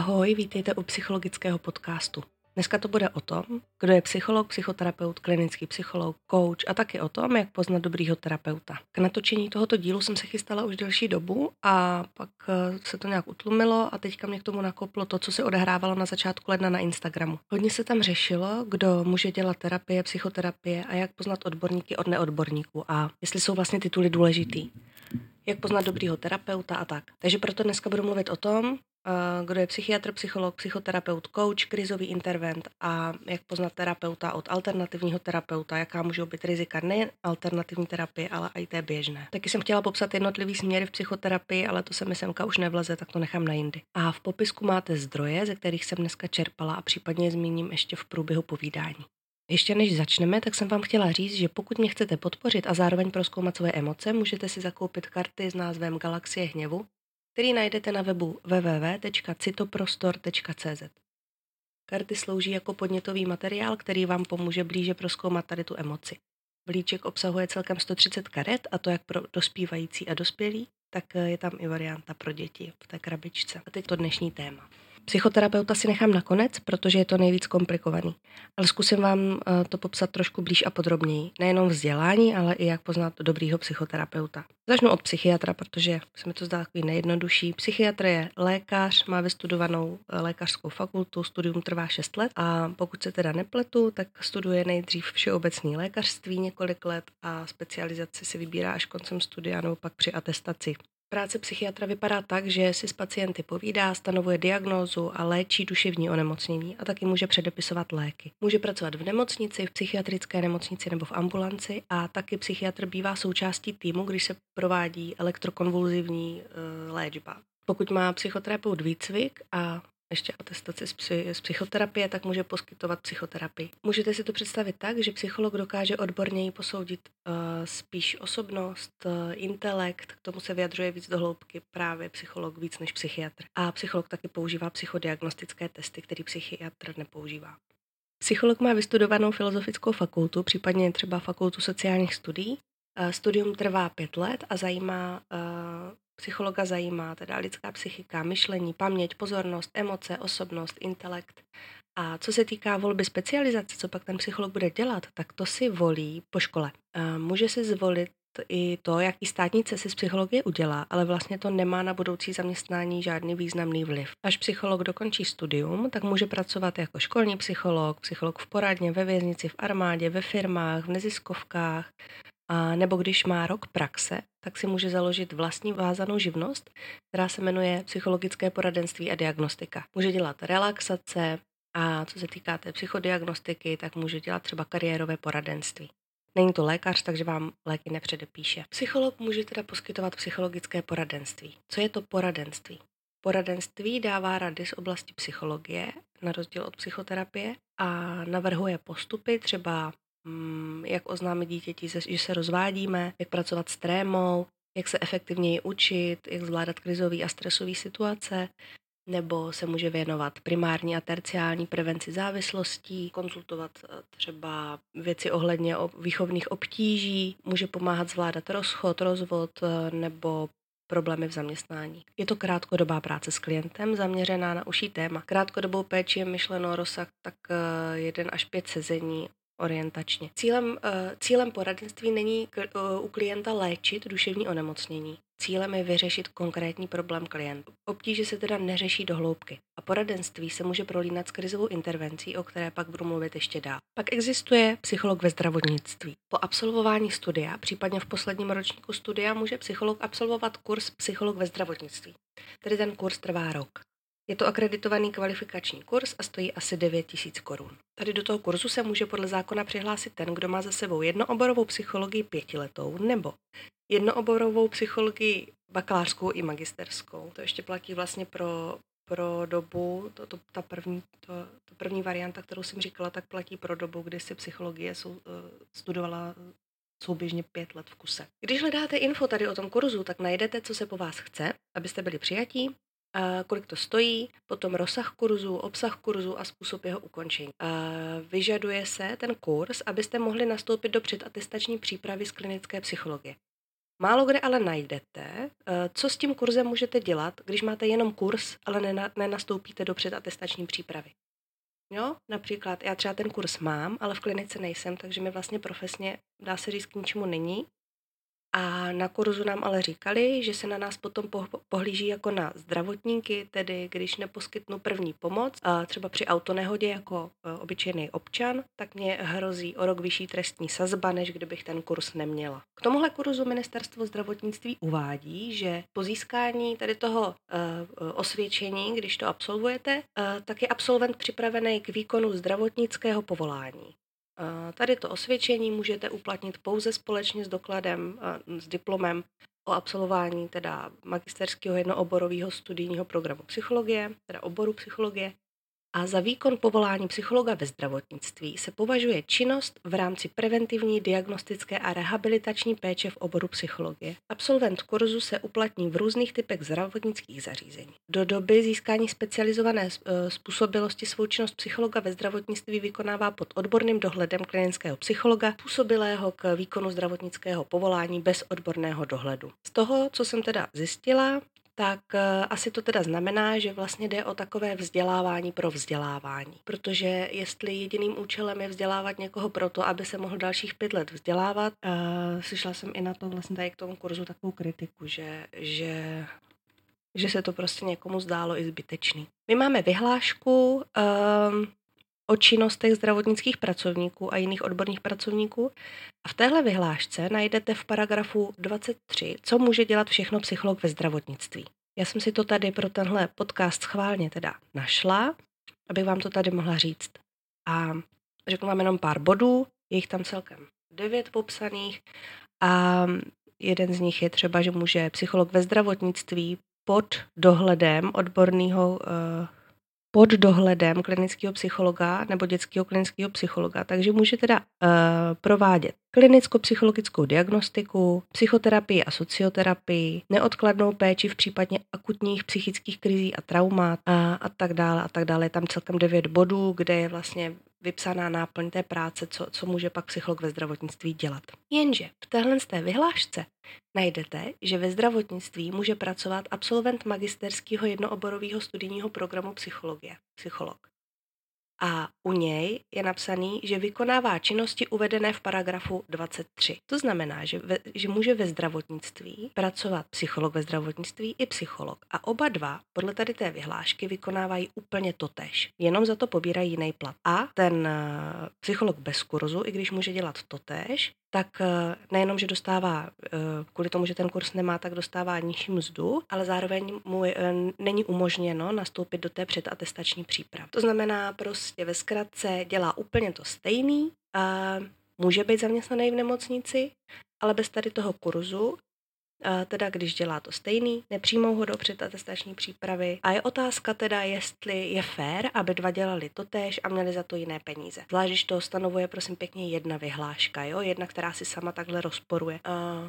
Ahoj, vítejte u psychologického podcastu. Dneska to bude o tom, kdo je psycholog, psychoterapeut, klinický psycholog, coach a taky o tom, jak poznat dobrýho terapeuta. K natočení tohoto dílu jsem se chystala už delší dobu a pak se to nějak utlumilo a teďka mě k tomu nakoplo to, co se odehrávalo na začátku ledna na Instagramu. Hodně se tam řešilo, kdo může dělat terapie, psychoterapie a jak poznat odborníky od neodborníků a jestli jsou vlastně tituly důležitý. Jak poznat dobrýho terapeuta a tak. Takže proto dneska budu mluvit o tom, kdo je psychiatr, psycholog, psychoterapeut, coach, krizový intervent a jak poznat terapeuta od alternativního terapeuta, jaká můžou být rizika nejen alternativní terapie, ale i té běžné. Taky jsem chtěla popsat jednotlivý směry v psychoterapii, ale to se mi semka už nevleze, tak to nechám na jindy. A v popisku máte zdroje, ze kterých jsem dneska čerpala a případně je zmíním ještě v průběhu povídání. Ještě než začneme, tak jsem vám chtěla říct, že pokud mě chcete podpořit a zároveň prozkoumat svoje emoce, můžete si zakoupit karty s názvem Galaxie hněvu, který najdete na webu www.citoprostor.cz. Karty slouží jako podnětový materiál, který vám pomůže blíže prozkoumat tady tu emoci. Balíček obsahuje celkem 130 karet, a to jak pro dospívající a dospělí, tak je tam i varianta pro děti v té krabičce. A teď to dnešní téma. Psychoterapeuta si nechám nakonec, protože je to nejvíc komplikovaný. Ale zkusím vám to popsat trošku blíž a podrobněji. Nejenom vzdělání, ale i jak poznat dobrýho psychoterapeuta. Začnu od psychiatra, protože se mi to zdá takový nejjednodušší. Psychiatr je lékař, má vystudovanou lékařskou fakultu, studium trvá 6 let a pokud se teda nepletu, tak studuje nejdřív všeobecné lékařství několik let a specializaci si vybírá až koncem studia nebo pak při atestaci. Práce psychiatra vypadá tak, že si s pacienty povídá, stanovuje diagnózu a léčí duševní onemocnění a taky může předepisovat léky. Může pracovat v nemocnici, v psychiatrické nemocnici nebo v ambulanci a taky psychiatr bývá součástí týmu, když se provádí elektrokonvulzivní léčba. Pokud má psychoterapeut výcvik a ještě atestaci z psychoterapie, tak může poskytovat psychoterapii. Můžete si to představit tak, že psycholog dokáže odborněji posoudit spíš osobnost, intelekt, k tomu se vyjadřuje víc do hloubky právě psycholog víc než psychiatr. A psycholog taky používá psychodiagnostické testy, který psychiatr nepoužívá. Psycholog má vystudovanou filozofickou fakultu, případně třeba fakultu sociálních studií. Studium trvá 5 let a psychologa zajímá teda lidská psychika, myšlení, paměť, pozornost, emoce, osobnost, intelekt. A co se týká volby specializace, co pak ten psycholog bude dělat, tak to si volí po škole. Může si zvolit i to, jaký státnice si z psychologie udělá, ale vlastně to nemá na budoucí zaměstnání žádný významný vliv. Až psycholog dokončí studium, tak může pracovat jako školní psycholog, psycholog v poradně, ve věznici, v armádě, ve firmách, v neziskovkách, a nebo když má rok praxe, tak si může založit vlastní vázanou živnost, která se jmenuje psychologické poradenství a diagnostika. Může dělat relaxace a co se týká té psychodiagnostiky, tak může dělat třeba kariérové poradenství. Není to lékař, takže vám léky nepředepíše. Psycholog může teda poskytovat psychologické poradenství. Co je to poradenství? Poradenství dává rady z oblasti psychologie, na rozdíl od psychoterapie, a navrhuje postupy, třeba jak oznámit dítěti, že se rozvádíme, jak pracovat s trémou, jak se efektivněji učit, jak zvládat krizové a stresové situace, nebo se může věnovat primární a terciální prevenci závislostí, konzultovat třeba věci ohledně výchovných obtíží, může pomáhat zvládat rozchod, rozvod nebo problémy v zaměstnání. Je to krátkodobá práce s klientem, zaměřená na užší téma. Krátkodobou péči je myšleno rozsah tak 1 až 5 sezení orientačně. Cílem poradenství není u klienta léčit duševní onemocnění. Cílem je vyřešit konkrétní problém klientů. Obtíže se teda neřeší do hloubky. A poradenství se může prolínat s krizovou intervencí, o které pak budu mluvit ještě dál. Pak existuje psycholog ve zdravotnictví. Po absolvování studia, případně v posledním ročníku studia, může psycholog absolvovat kurz psycholog ve zdravotnictví. Tedy ten kurz trvá rok. Je to akreditovaný kvalifikační kurz a stojí asi 9 000 korun. Tady do toho kurzu se může podle zákona přihlásit ten, kdo má za sebou jednooborovou psychologii 5letou nebo jednooborovou psychologii bakalářskou i magisterskou. To ještě platí vlastně pro dobu, ta první varianta, kterou jsem říkala, tak platí pro dobu, kdy si psychologie studovala souběžně 5 let v kuse. Když hledáte info tady o tom kurzu, tak najdete, co se po vás chce, abyste byli přijatí, kolik to stojí, potom rozsah kurzu, obsah kurzu a způsob jeho ukončení. Vyžaduje se ten kurz, abyste mohli nastoupit do předatestační přípravy z klinické psychologie. Málo kde ale najdete, co s tím kurzem můžete dělat, když máte jenom kurz, ale nenastoupíte do předatestační přípravy. Jo, například já třeba ten kurz mám, ale v klinice nejsem, takže mi vlastně profesně, dá se říct, k ničemu není. A na kurzu nám ale říkali, že se na nás potom pohlíží jako na zdravotníky, tedy když neposkytnu první pomoc, a třeba při autonehodě jako obyčejný občan, tak mě hrozí o rok vyšší trestní sazba, než kdybych ten kurz neměla. K tomuhle kurzu Ministerstvo zdravotnictví uvádí, že po získání tady toho osvědčení, když to absolvujete, tak je absolvent připravený k výkonu zdravotnického povolání. Tady to osvědčení můžete uplatnit pouze společně s dokladem, s diplomem o absolvování teda magisterského jednooborového studijního programu psychologie, teda oboru psychologie. A za výkon povolání psychologa ve zdravotnictví se považuje činnost v rámci preventivní, diagnostické a rehabilitační péče v oboru psychologie. Absolvent kurzu se uplatní v různých typech zdravotnických zařízení. Do doby získání specializované způsobilosti svou činnost psychologa ve zdravotnictví vykonává pod odborným dohledem klinického psychologa, způsobilého k výkonu zdravotnického povolání bez odborného dohledu. Z toho, co jsem teda zjistila, tak asi to teda znamená, že vlastně jde o takové vzdělávání pro vzdělávání. Protože jestli jediným účelem je vzdělávat někoho proto, aby se mohl dalších 5 let vzdělávat, slyšela jsem i na to vlastně tady k tomu kurzu takovou kritiku, že se to prostě někomu zdálo i zbytečný. My máme vyhlášku o činnostech zdravotnických pracovníků a jiných odborných pracovníků. A v téhle vyhlášce najdete v paragrafu 23, co může dělat všechno psycholog ve zdravotnictví. Já jsem si to tady pro tenhle podcast schválně teda našla, abych vám to tady mohla říct. A řeknu vám jenom pár bodů, je jich tam celkem 9 popsaných a jeden z nich je třeba, že může psycholog ve zdravotnictví pod dohledem pod dohledem klinického psychologa nebo dětského klinického psychologa, takže může teda provádět klinicko-psychologickou diagnostiku, psychoterapii a socioterapii, neodkladnou péči v případě akutních psychických krizí a traumat a tak dále a tak dále. Je tam celkem 9 bodů, kde je vlastně vypsaná náplň té práce, co může pak psycholog ve zdravotnictví dělat. Jenže v téhle z té vyhlášce najdete, že ve zdravotnictví může pracovat absolvent magisterského jednooborového studijního programu psycholog. A u něj je napsaný, že vykonává činnosti uvedené v paragrafu 23. To znamená, že může ve zdravotnictví pracovat psycholog ve zdravotnictví i psycholog. A oba dva podle tady té vyhlášky vykonávají úplně totéž. Jenom za to pobírají jiný plat. A ten psycholog bez kurzu, i když může dělat totéž, tak nejenom, že dostává, kvůli tomu, že ten kurz nemá, tak dostává nižší mzdu, ale zároveň mu není umožněno nastoupit do té předatestační přípravy. To znamená prostě ve zkratce dělá úplně to stejný, může být zaměstnaný v nemocnici, ale bez tady toho kurzu, teda když dělá to stejný, nepřijmou ho do předatestační přípravy a je otázka teda, jestli je fér, aby dva dělali totéž a měli za to jiné peníze. Zvlášť, když to stanovuje prosím pěkně jedna vyhláška, jo? Jedna, která si sama takhle rozporuje.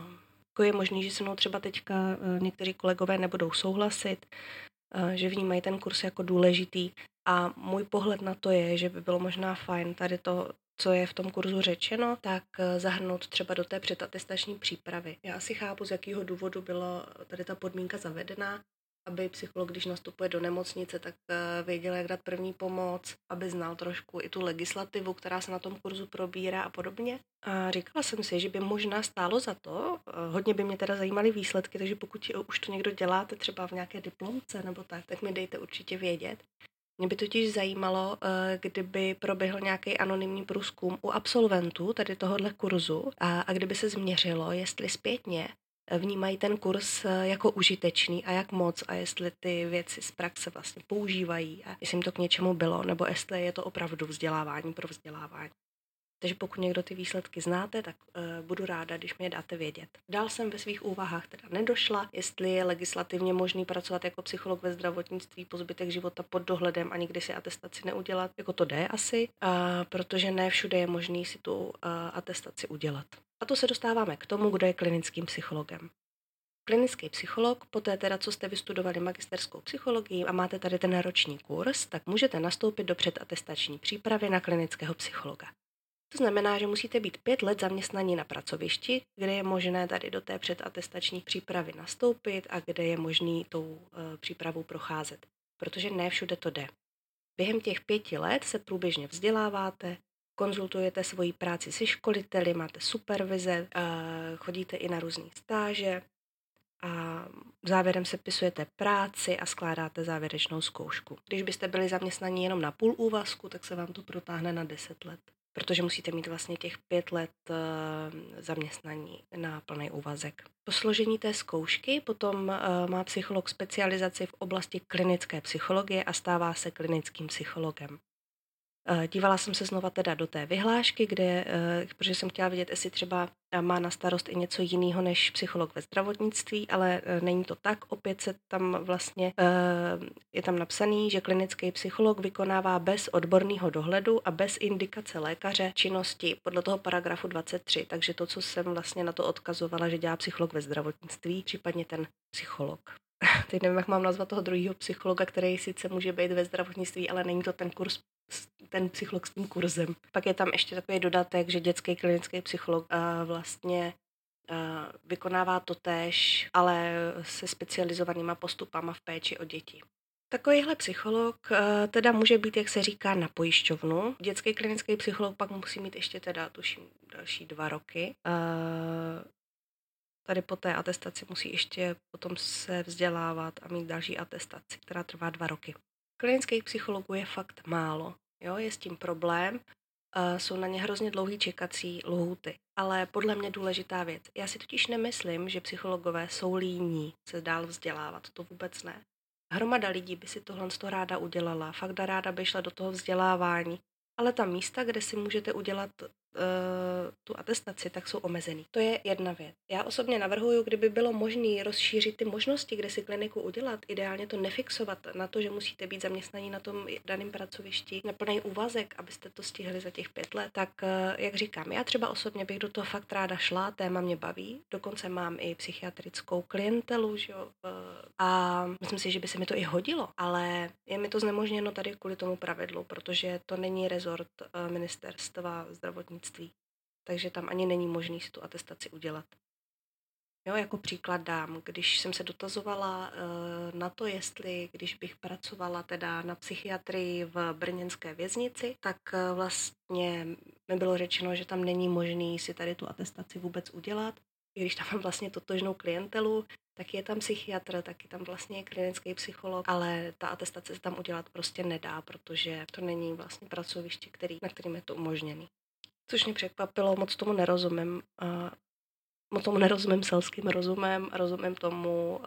Je možný, že se mnou třeba teďka někteří kolegové nebudou souhlasit, že vnímají ten kurz jako důležitý a můj pohled na to je, že by bylo možná fajn tady to, co je v tom kurzu řečeno, tak zahrnout třeba do té předatestační přípravy. Já asi chápu, z jakého důvodu byla tady ta podmínka zavedená, aby psycholog, když nastupuje do nemocnice, tak věděl, jak dát první pomoc, aby znal trošku i tu legislativu, která se na tom kurzu probírá a podobně. A říkala jsem si, že by možná stálo za to, hodně by mě teda zajímaly výsledky, takže pokud už to někdo děláte třeba v nějaké diplomce nebo tak mi dejte určitě vědět. Mě by totiž zajímalo, kdyby proběhl nějaký anonymní průzkum u absolventů tady tohohle kurzu a kdyby se změřilo, jestli zpětně vnímají ten kurz jako užitečný a jak moc a jestli ty věci z praxe vlastně používají a jestli jim to k něčemu bylo, nebo jestli je to opravdu vzdělávání pro vzdělávání. Takže pokud někdo ty výsledky znáte, tak budu ráda, když mi je dáte vědět. Dál jsem ve svých úvahách teda nedošla, jestli je legislativně možný pracovat jako psycholog ve zdravotnictví po zbytek života pod dohledem a nikdy si atestaci neudělat. Jako to jde asi, protože ne všude je možný si tu atestaci udělat. A to se dostáváme k tomu, kdo je klinickým psychologem. Klinický psycholog, poté teda, co jste vystudovali magisterskou psychologii a máte tady ten roční kurz, tak můžete nastoupit do předatestační přípravy na klinického psychologa. To znamená, že musíte být 5 let zaměstnaní na pracovišti, kde je možné tady do té předatestační přípravy nastoupit a kde je možný tou přípravou procházet, protože ne všude to jde. Během těch 5 let se průběžně vzděláváte, konzultujete svoji práci se školiteli, máte supervize, chodíte i na různé stáže a závěrem sepisujete práci a skládáte závěrečnou zkoušku. Když byste byli zaměstnaní jenom na půl úvazku, tak se vám to protáhne na 10 let, protože musíte mít vlastně těch 5 let zaměstnaní na plný úvazek. Po složení té zkoušky potom má psycholog specializaci v oblasti klinické psychologie a stává se klinickým psychologem. Dívala jsem se znova teda do té vyhlášky, protože jsem chtěla vidět, jestli třeba má na starost i něco jiného než psycholog ve zdravotnictví, ale není to tak. Opět se tam vlastně je tam napsaný, že klinický psycholog vykonává bez odborného dohledu a bez indikace lékaře činnosti podle toho paragrafu 23. Takže to, co jsem vlastně na to odkazovala, že dělá psycholog ve zdravotnictví, případně ten psycholog. Teď nevím, jak mám nazvat toho druhého psychologa, který sice může být ve zdravotnictví, ale není to ten kurz, ten psycholog s tím kurzem. Pak je tam ještě takový dodatek, že dětský klinický psycholog vlastně vykonává to též, ale se specializovanýma postupama v péči o děti. Takovýhle psycholog teda může být, jak se říká, na pojišťovnu. Dětský klinický psycholog pak musí mít ještě teda, tuším, další 2 roky. Tady po té atestaci musí ještě potom se vzdělávat a mít další atestaci, která trvá 2 roky. Klinických psychologů je fakt málo, jo, je s tím problém, jsou na ně hrozně dlouhý čekací lhůty, ale podle mě důležitá věc. Já si totiž nemyslím, že psychologové jsou líní se dál vzdělávat, to vůbec ne. Hromada lidí by si tohle ráda udělala, fakt ráda by šla do toho vzdělávání, ale ta místa, kde si můžete udělat tu atestaci, tak jsou omezený. To je jedna věc. Já osobně navrhuju, kdyby bylo možné rozšířit ty možnosti, kde si kliniku udělat, ideálně to nefixovat na to, že musíte být zaměstnaní na tom daném pracovišti na plný úvazek, abyste to stihli za těch 5 let. Tak jak říkám, já třeba osobně bych do toho fakt ráda šla, téma mě baví, dokonce mám i psychiatrickou klientelu, že jo, a myslím si, že by se mi to i hodilo, ale je mi to znemožněno tady kvůli tomu pravidlu, protože to není rezort ministerstva zdravotnictví. Takže tam ani není možný si tu atestaci udělat. Jo, jako příklad dám, když jsem se dotazovala na to, jestli když bych pracovala teda na psychiatrii v brněnské věznici, tak vlastně mi bylo řečeno, že tam není možný si tady tu atestaci vůbec udělat. I když tam mám vlastně totožnou klientelu, tak je tam psychiatr, tak je tam vlastně klinický psycholog, ale ta atestace se tam udělat prostě nedá, protože to není vlastně pracoviště, na kterým je to umožněný. Což mě překvapilo, moc tomu nerozumím. Moc tomu nerozumím selským rozumem, rozumím tomu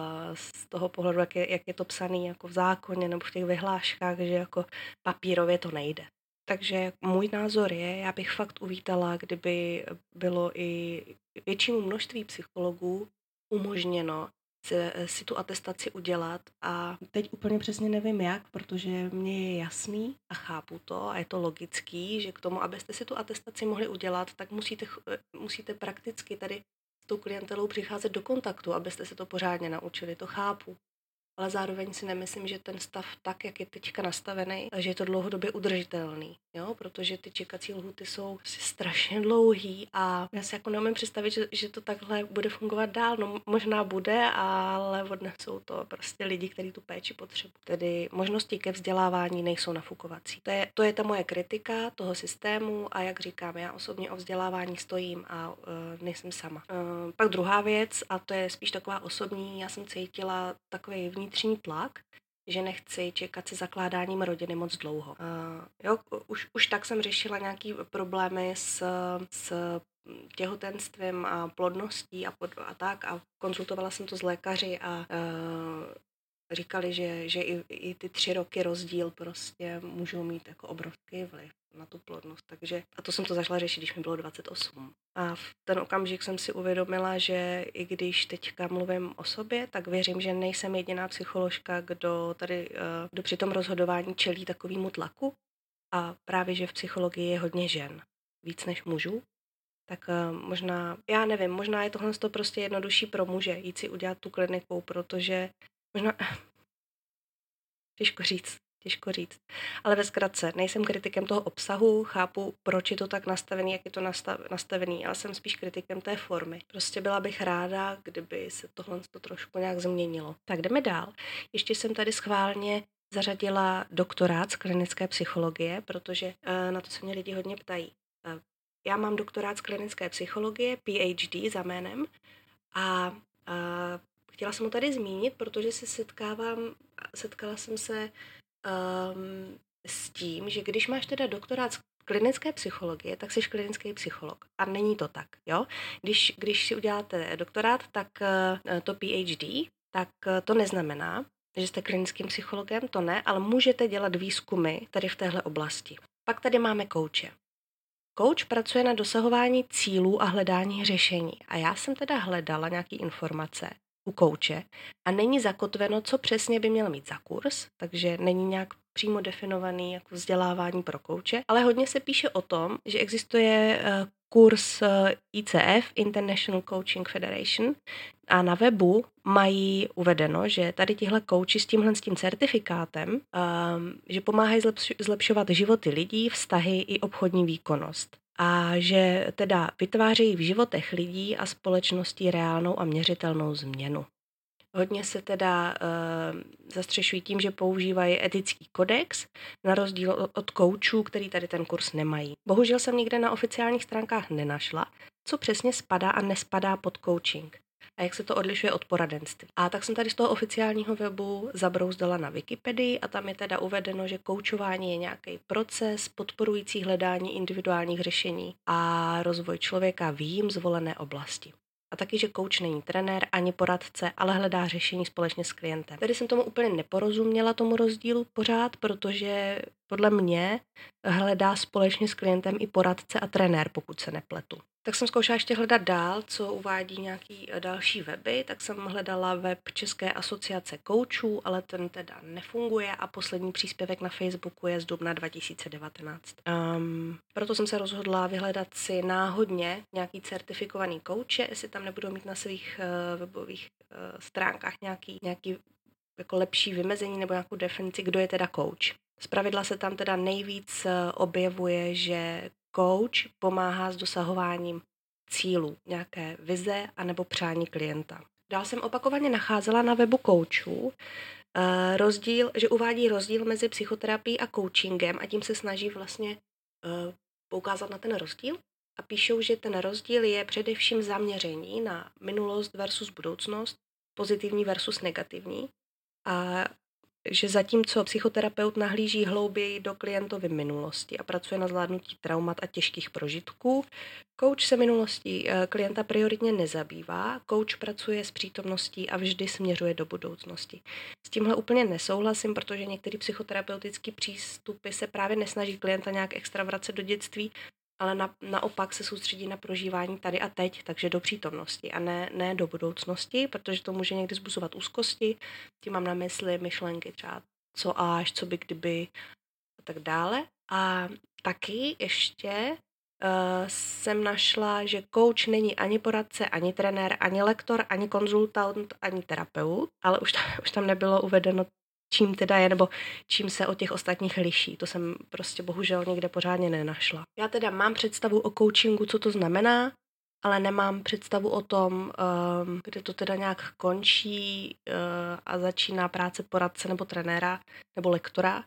z toho pohledu, jak je to psaný jako v zákoně nebo v těch vyhláškách, že jako papírově to nejde. Takže můj názor je, já bych fakt uvítala, kdyby bylo i většímu množství psychologů umožněno si tu atestaci udělat a teď úplně přesně nevím jak, protože mně je jasný a chápu to a je to logický, že k tomu, abyste si tu atestaci mohli udělat, tak musíte prakticky tady s tou klientelou přicházet do kontaktu, abyste se to pořádně naučili, to chápu. Ale zároveň si nemyslím, že ten stav tak, jak je teďka nastavený, že je to dlouhodobě udržitelný, jo? Protože ty čekací lhůty jsou strašně dlouhý a já si jako neumím představit, že to takhle bude fungovat dál. No možná bude, ale odnesou to prostě lidi, kteří tu péči potřebují. Tedy možnosti ke vzdělávání nejsou nafukovací. To je ta moje kritika toho systému a jak říkám, já osobně o vzdělávání stojím a nejsem sama. Pak druhá věc, a to je spíš taková osobní, já jsem cítila takový vnitřní tlak, že nechci čekat se zakládáním rodiny moc dlouho. Už tak jsem řešila nějaký problémy s těhotenstvím a plodností a tak a konzultovala jsem to s lékaři a říkali, že i ty 3 roky rozdíl prostě můžou mít jako obrovský vliv na tu plodnost. Takže, a to jsem to začala řešit, když mi bylo 28. A v ten okamžik jsem si uvědomila, že i když teďka mluvím o sobě, tak věřím, že nejsem jediná psycholožka, kdo při tom rozhodování čelí takovému tlaku. A právě, že v psychologii je hodně žen, víc než mužů. Tak možná, já nevím, možná je tohle prostě jednodušší pro muže jít si udělat tu kliniku, protože možná, těžko říct. Ale ve zkratce, nejsem kritikem toho obsahu, chápu, proč je to tak nastavený, jak je to nastavený, ale jsem spíš kritikem té formy. Prostě byla bych ráda, kdyby se tohle trošku nějak změnilo. Tak jdeme dál. Ještě jsem tady schválně zařadila doktorát z klinické psychologie, protože na to se mě lidi hodně ptají. Já mám doktorát z klinické psychologie, PhD za jménem, a chtěla jsem ho tady zmínit, protože se setkala jsem se s tím, že když máš teda doktorát z klinické psychologie, tak jsi klinický psycholog. A není to tak, jo? Když si uděláte doktorát, tak to PhD, tak to neznamená, že jste klinickým psychologem, to ne, ale můžete dělat výzkumy tady v téhle oblasti. Pak tady máme kouče. Coach pracuje na dosahování cílů a hledání řešení. A já jsem teda hledala nějaké informace u kouče a není zakotveno, co přesně by měl mít za kurz, takže není nějak přímo definovaný jako vzdělávání pro kouče, ale hodně se píše o tom, že existuje kurz ICF, International Coaching Federation, a na webu mají uvedeno, že tady tihle kouči s tím certifikátem, že pomáhají zlepšovat životy lidí, vztahy i obchodní výkonnost. A že teda vytvářejí v životech lidí a společností reálnou a měřitelnou změnu. Hodně se teda zastřešují tím, že používají etický kodex, na rozdíl od koučů, který tady ten kurz nemají. Bohužel jsem nikde na oficiálních stránkách nenašla, co přesně spadá a nespadá pod coaching a jak se to odlišuje od poradenství. A tak jsem tady z toho oficiálního webu zabrouzdala na Wikipedii a tam je teda uvedeno, že koučování je nějaký proces podporující hledání individuálních řešení a rozvoj člověka v jím zvolené oblasti. A taky, že coach není trenér ani poradce, ale hledá řešení společně s klientem. Tady jsem tomu úplně neporozuměla, tomu rozdílu pořád, protože podle mě hledá společně s klientem i poradce a trenér, pokud se nepletu. Tak jsem zkoušela ještě hledat dál, co uvádí nějaký další weby, tak jsem hledala web České asociace koučů, ale ten teda nefunguje a poslední příspěvek na Facebooku je z dubna 2019. Proto jsem se rozhodla vyhledat si náhodně nějaký certifikovaný kouče, jestli tam nebudou mít na svých webových stránkách nějaký jako lepší vymezení nebo nějakou definici, kdo je teda kouč. Zpravidla se tam teda nejvíc objevuje, že coach pomáhá s dosahováním cílů, nějaké vize anebo přání klienta. Dál jsem opakovaně nacházela na webu coachů že uvádí rozdíl mezi psychoterapií a coachingem a tím se snaží vlastně poukázat na ten rozdíl a píšou, že ten rozdíl je především zaměření na minulost versus budoucnost, pozitivní versus negativní a že zatímco psychoterapeut nahlíží hlouběji do klientovy minulosti a pracuje na zvládnutí traumat a těžkých prožitků, coach se minulostí klienta prioritně nezabývá, coach pracuje s přítomností a vždy směřuje do budoucnosti. S tímhle úplně nesouhlasím, protože některé psychoterapeutické přístupy se právě nesnaží klienta nějak extra vracet do dětství, ale naopak se soustředí na prožívání tady a teď, takže do přítomnosti a ne do budoucnosti, protože to může někdy vzbuzovat úzkosti, tím mám na mysli myšlenky třeba co až, co by kdyby a tak dále. A taky ještě jsem našla, že coach není ani poradce, ani trenér, ani lektor, ani konzultant, ani terapeut, ale už tam nebylo uvedeno, čím teda je, nebo čím se od těch ostatních liší. To jsem prostě bohužel někde pořádně nenašla. Já teda mám představu o coachingu, co to znamená, ale nemám představu o tom, kde to teda nějak končí a začíná práce poradce nebo trenéra nebo lektora.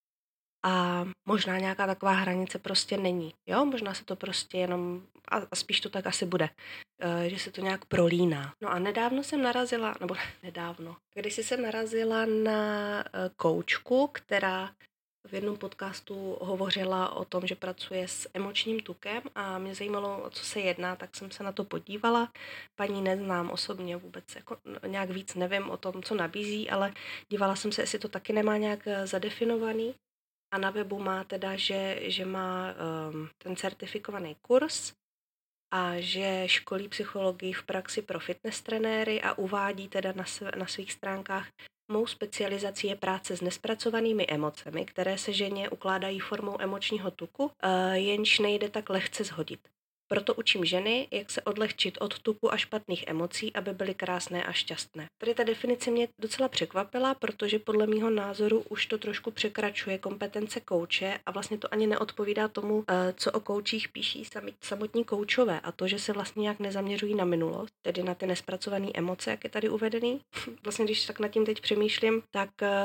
A možná nějaká taková hranice prostě není. Jo, možná se to prostě jenom, a spíš to tak asi bude, že se to nějak prolíná. No a nedávno jsem narazila, nebo když jsem narazila na koučku, která v jednom podcastu hovořila o tom, že pracuje s emočním tukem a mě zajímalo, o co se jedná, tak jsem se na to podívala. Paní neznám osobně vůbec, jako nějak víc nevím o tom, co nabízí, ale dívala jsem se, jestli to taky nemá nějak zadefinovaný. A na webu má teda, že má ten certifikovaný kurz a že školí psychologii v praxi pro fitness trenéry a uvádí teda na svých stránkách: mou specializací je práce s nespracovanými emocemi, které se ženě ukládají formou emočního tuku, jenž nejde tak lehce shodit. Proto učím ženy, jak se odlehčit od tuku a špatných emocí, aby byly krásné a šťastné. Tady ta definice mě docela překvapila, protože podle mýho názoru už to trošku překračuje kompetence kouče a vlastně to ani neodpovídá tomu, co o koučích píší samotní koučové, a to, že se vlastně nějak nezaměřují na minulost, tedy na ty nespracované emoce, jak je tady uvedený. Vlastně když tak nad tím teď přemýšlím, tak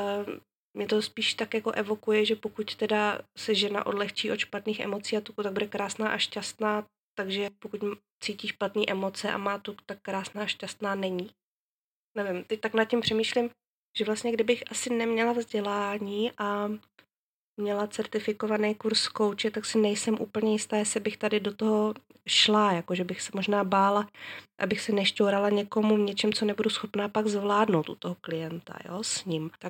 mě to spíš tak jako evokuje, že pokud teda se žena odlehčí od špatných emocí a tuku, tak bude krásná a šťastná, takže pokud cítí špatné emoce a má tuk, tak krásná a šťastná není. Nevím, teď tak nad tím přemýšlím, že vlastně kdybych asi neměla vzdělání a měla certifikovaný kurz kouče, tak si nejsem úplně jistá, jestli bych tady do toho šla, jakože bych se možná bála, abych se nešťourala někomu v něčem, co nebudu schopná pak zvládnout u toho klienta, jo, s ním. Tak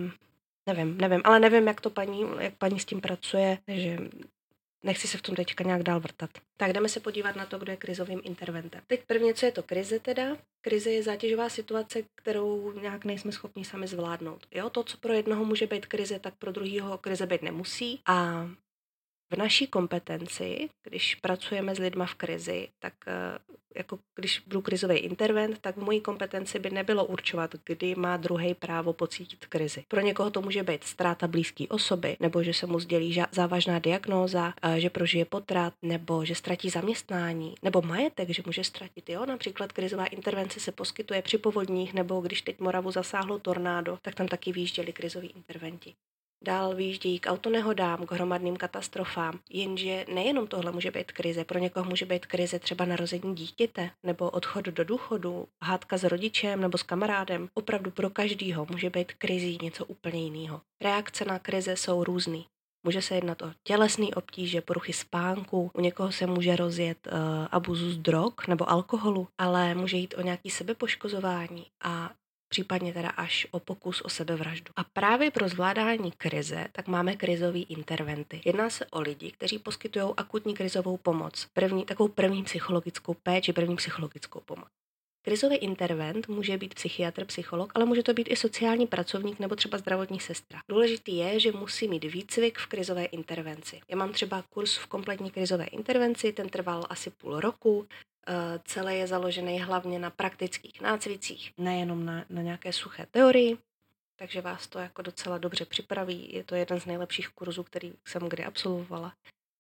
nevím, ale nevím, jak paní s tím pracuje, takže nechci se v tom teďka nějak dál vrtat. Tak jdeme se podívat na to, kdo je krizovým interventem. Teď prvně, co je to krize teda? Krize je zátěžová situace, kterou nějak nejsme schopni sami zvládnout. Jo, to, co pro jednoho může být krize, tak pro druhého krize být nemusí. A v naší kompetenci, když pracujeme s lidma v krizi, tak jako když budu krizový intervent, tak v mojí kompetenci by nebylo určovat, kdy má druhý právo pocítit krizi. Pro někoho to může být ztráta blízké osoby, nebo že se mu sdělí závažná diagnóza, že prožije potrat, nebo že ztratí zaměstnání, nebo majetek, že může ztratit. Jo? Například krizová intervence se poskytuje při povodních, nebo když teď Moravu zasáhlo tornádo, tak tam taky vyjížděli krizoví interventi. Dál vyjíždějí k autonehodám, k hromadným katastrofám, jenže nejenom tohle může být krize, pro někoho může být krize třeba narození dítěte, nebo odchod do důchodu, hádka s rodičem nebo s kamarádem. Opravdu pro každýho může být krizí něco úplně jiného. Reakce na krize jsou různý. Může se jednat o tělesné obtíže, poruchy spánku, u někoho se může rozjet abuzus drog nebo alkoholu, ale může jít o nějaké sebepoškozování a případně teda až o pokus o sebevraždu. A právě pro zvládání krize tak máme krizový interventy. Jedná se o lidi, kteří poskytují akutní krizovou pomoc, první psychologickou péči, první psychologickou pomoc. Krizový intervent může být psychiatr, psycholog, ale může to být i sociální pracovník nebo třeba zdravotní sestra. Důležitý je, že musí mít výcvik v krizové intervenci. Já mám třeba kurz v kompletní krizové intervenci, ten trval asi půl roku. Celé je založený hlavně na praktických nácvicích, nejenom na nějaké suché teorii, takže vás to jako docela dobře připraví. Je to jeden z nejlepších kurzů, který jsem kdy absolvovala.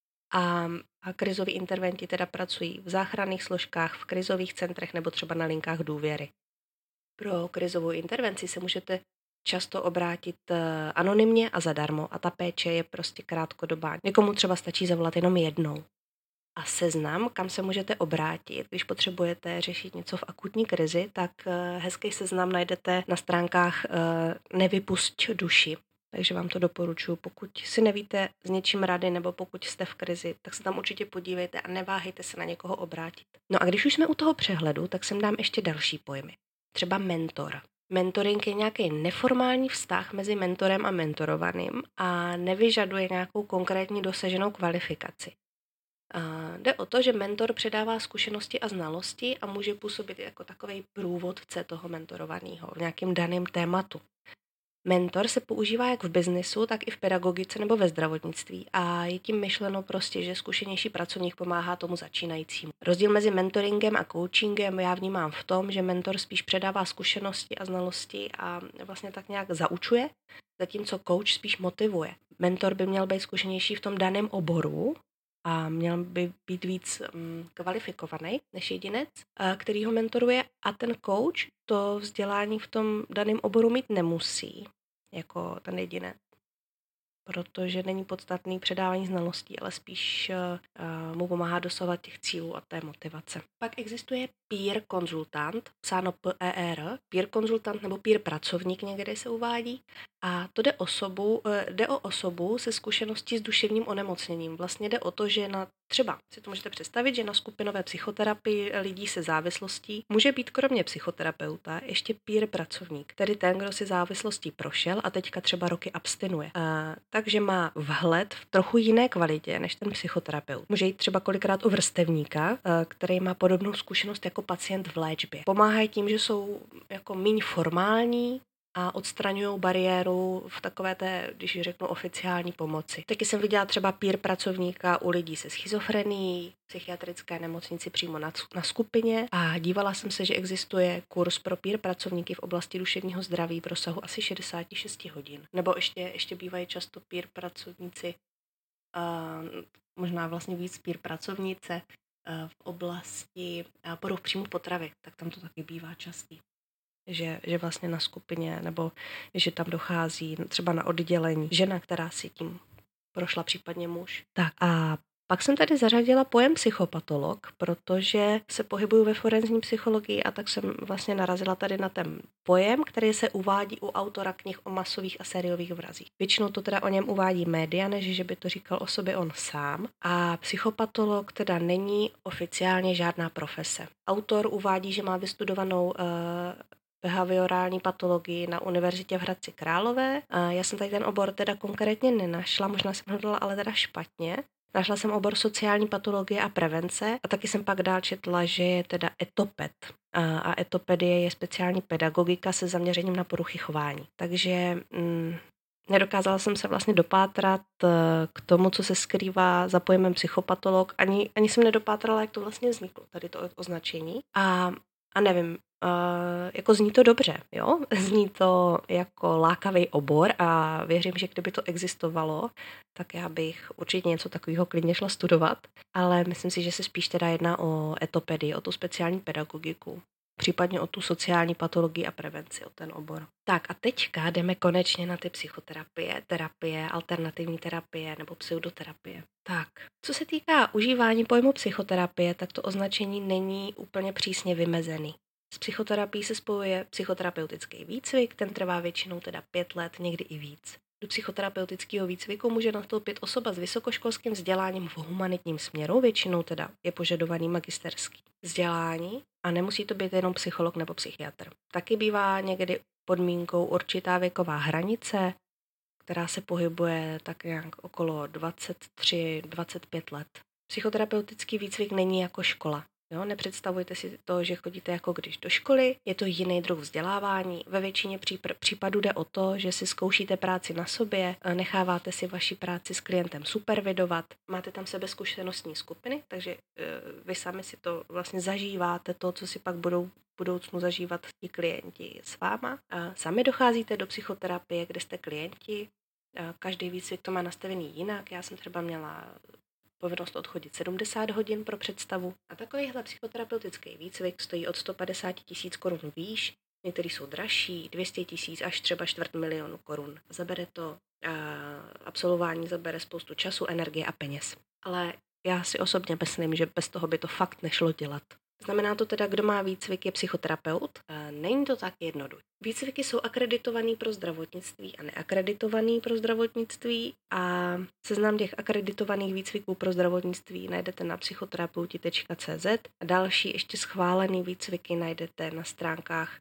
A krizoví interventi teda pracují v záchranných složkách, v krizových centrech nebo třeba na linkách důvěry. Pro krizovou intervenci se můžete často obrátit anonymně a zadarmo a ta péče je prostě krátkodobá. Někomu třeba stačí zavolat jenom jednou. A seznam, kam se můžete obrátit, když potřebujete řešit něco v akutní krizi, tak hezký seznam najdete na stránkách Nevypusť duši. Takže vám to doporučuji. Pokud si nevíte s něčím rady nebo pokud jste v krizi, tak se tam určitě podívejte a neváhejte se na někoho obrátit. No a když už jsme u toho přehledu, tak sem dám ještě další pojmy. Třeba mentor. Mentoring je nějaký neformální vztah mezi mentorem a mentorovaným a nevyžaduje nějakou konkrétní dosaženou kvalifikaci. Jde o to, že mentor předává zkušenosti a znalosti a může působit jako takový průvodce toho mentorovaného v nějakém daném tématu. Mentor se používá jak v biznesu, tak i v pedagogice nebo ve zdravotnictví a je tím myšleno prostě, že zkušenější pracovník pomáhá tomu začínajícímu. Rozdíl mezi mentoringem a coachingem já vnímám v tom, že mentor spíš předává zkušenosti a znalosti a vlastně tak nějak zaučuje, zatímco coach spíš motivuje. Mentor by měl být zkušenější v tom daném oboru a měl by být víc kvalifikovaný než jedinec, který ho mentoruje, a ten coach to vzdělání v tom daném oboru mít nemusí, jako ten jedinec, protože není podstatný předávání znalostí, ale spíš mu pomáhá dosahovat těch cílů a té motivace. Pak existuje peer konzultant, psáno PER, peer konzultant nebo peer pracovník někdy se uvádí, a to jde o osobu se zkušeností s duševním onemocněním. Vlastně jde o to, že třeba si to můžete představit, že na skupinové psychoterapii lidí se závislostí může být kromě psychoterapeuta ještě peer pracovník, tedy ten, kdo si závislostí prošel a teďka třeba roky abstinuje. Takže má vhled v trochu jiné kvalitě než ten psychoterapeut. Může jít třeba kolikrát o vrstevníka, který má podobnou zkušenost jako pacient v léčbě. Pomáhají tím, že jsou jako míň formální, a odstraňují bariéru v takové té, když řeknu, oficiální pomoci. Taky jsem viděla třeba peer pracovníka u lidí se schizofrenií, psychiatrické nemocnici přímo na skupině a dívala jsem se, že existuje kurz pro peer pracovníky v oblasti duševního zdraví v rozsahu asi 66 hodin. Nebo ještě bývají často peer pracovníci, možná vlastně víc peer pracovnice v oblasti poruch příjmu potravy, tak tam to taky bývá častý. Že vlastně na skupině, nebo že tam dochází třeba na oddělení žena, která si tím prošla, případně muž. Tak a pak jsem tady zařadila pojem psychopatolog, protože se pohybuju ve forenzní psychologii a tak jsem vlastně narazila tady na ten pojem, který se uvádí u autora knih o masových a sériových vrazích. Většinou to teda o něm uvádí média, než že by to říkal o sobě on sám. A psychopatolog teda není oficiálně žádná profese. Autor uvádí, že má vystudovanou behaviorální patologii na univerzitě v Hradci Králové. Já jsem tady ten obor teda konkrétně nenašla, možná jsem hledala ale teda špatně. Našla jsem obor sociální patologie a prevence a taky jsem pak dál četla, že je teda etoped. A etopedie je speciální pedagogika se zaměřením na poruchy chování. Takže nedokázala jsem se vlastně dopátrat k tomu, co se skrývá za pojmem psychopatolog. Ani jsem nedopátrala, jak to vlastně vzniklo, tady to označení. A nevím, jako zní to dobře, jo? Zní to jako lákavý obor a věřím, že kdyby to existovalo, tak já bych určitě něco takového klidně šla studovat, ale myslím si, že se spíš teda jedná o etopedii, o tu speciální pedagogiku, případně o tu sociální patologii a prevenci, o ten obor. Tak a teďka jdeme konečně na ty psychoterapie, terapie, alternativní terapie nebo pseudoterapie. Tak, co se týká užívání pojmu psychoterapie, tak to označení není úplně přísně vymezený. S psychoterapií se spojuje psychoterapeutický výcvik, ten trvá většinou teda 5 let, někdy i víc. Do psychoterapeutického výcviku může nastoupit osoba s vysokoškolským vzděláním v humanitním směru, většinou teda je požadovaný magisterský vzdělání a nemusí to být jenom psycholog nebo psychiatr. Taky bývá někdy podmínkou určitá věková hranice, která se pohybuje tak nějak okolo 23-25 let. Psychoterapeutický výcvik není jako škola. Jo, nepředstavujte si to, že chodíte jako když do školy, je to jiný druh vzdělávání. Ve většině případů jde o to, že si zkoušíte práci na sobě, necháváte si vaši práci s klientem supervidovat, máte tam sebezkušenostní skupiny, takže vy sami si to vlastně zažíváte, to, co si pak budou v budoucnu zažívat ti klienti s váma. Sami docházíte do psychoterapie, kde jste klienti, každý výcvik to má nastavený jinak, já jsem třeba měla povinnost odchodit 70 hodin pro představu. A takovýhle psychoterapeutický výcvik stojí od 150 000 korun výš, některý jsou dražší, 200 000 až třeba 250 000 korun. Zabere to, absolvování zabere spoustu času, energie a peněz. Ale já si osobně myslím, že bez toho by to fakt nešlo dělat. Znamená to teda, kdo má výcvik, je psychoterapeut? Není to tak jednoduché. Výcviky jsou akreditovaný pro zdravotnictví a neakreditovaný pro zdravotnictví a seznam těch akreditovaných výcviků pro zdravotnictví najdete na psychoterapeuti.cz a další ještě schválený výcviky najdete na stránkách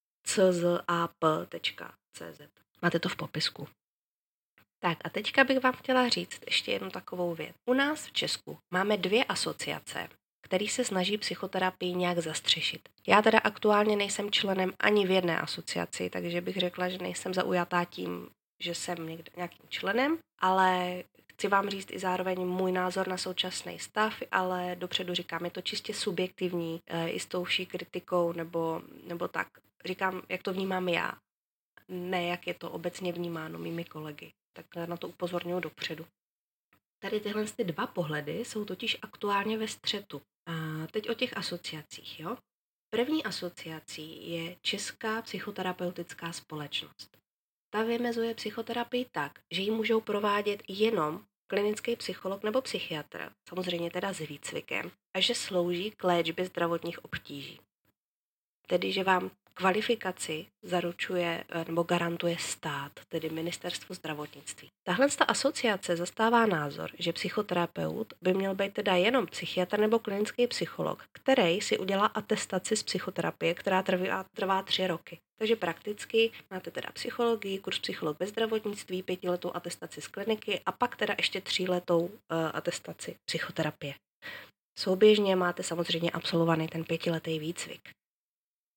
czap.cz. Máte to v popisku. Tak a teďka bych vám chtěla říct ještě jednu takovou věc. U nás v Česku máme 2 asociace, který se snaží psychoterapii nějak zastřešit. Já teda aktuálně nejsem členem ani v jedné asociaci, takže bych řekla, že nejsem zaujatá tím, že jsem někde nějakým členem, ale chci vám říct i zároveň můj názor na současný stav, ale dopředu říkám, je to čistě subjektivní, i s tou vší kritikou, nebo tak. Říkám, jak to vnímám já, ne jak je to obecně vnímáno mými kolegy. Tak na to upozorňuji dopředu. Tady tyhle 2 pohledy jsou totiž aktuálně ve střetu. A teď o těch asociacích. Jo? První asociací je Česká psychoterapeutická společnost. Ta vymezuje psychoterapii tak, že ji můžou provádět jenom klinický psycholog nebo psychiatr, samozřejmě teda s výcvikem, a že slouží k léčbě zdravotních obtíží. Tedy, že vám kvalifikaci zaručuje nebo garantuje stát, tedy Ministerstvo zdravotnictví. Tahle asociace zastává názor, že psychoterapeut by měl být teda jenom psychiatr nebo klinický psycholog, který si udělá atestaci z psychoterapie, která trvá 3 roky. Takže prakticky máte teda psychologii, kurz psycholog ve zdravotnictví, 5letou atestaci z kliniky a pak teda ještě 3letou atestaci psychoterapie. Souběžně máte samozřejmě absolvovaný ten 5letý výcvik.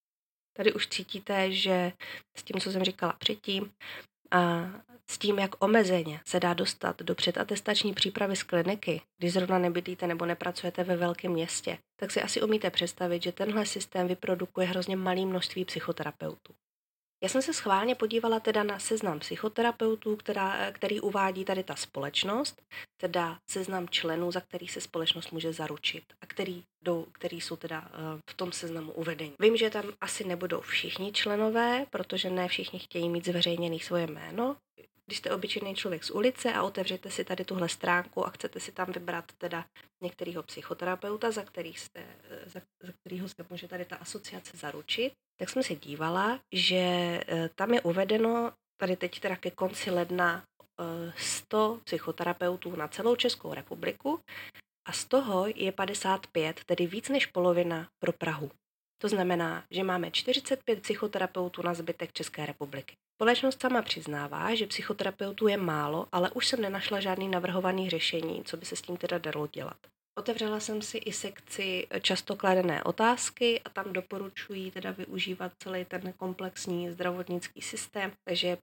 Tady už cítíte, že s tím, co jsem říkala předtím, a s tím, jak omezeně se dá dostat do předatestační přípravy z kliniky, když zrovna nebydlíte nebo nepracujete ve velkém městě, tak si asi umíte představit, že tenhle systém vyprodukuje hrozně malé množství psychoterapeutů. Já jsem se schválně podívala teda na seznam psychoterapeutů, který uvádí tady ta společnost, teda seznam členů, za který se společnost může zaručit a který jsou teda v tom seznamu uvedení. Vím, že tam asi nebudou všichni členové, protože ne všichni chtějí mít zveřejněný svoje jméno. Když jste obyčejný člověk z ulice a otevřete si tady tuhle stránku a chcete si tam vybrat teda některého psychoterapeuta, za kterého se může tady ta asociace zaručit, tak jsem se dívala, že tam je uvedeno tady teď teda ke konci ledna 100 psychoterapeutů na celou Českou republiku a z toho je 55, tedy víc než polovina pro Prahu. To znamená, že máme 45 psychoterapeutů na zbytek České republiky. Společnost sama přiznává, že psychoterapeutů je málo, ale už jsem nenašla žádný navrhovaný řešení, co by se s tím teda dalo dělat. Otevřela jsem si i sekci často kladené otázky a tam doporučují teda využívat celý ten komplexní zdravotnický systém, takže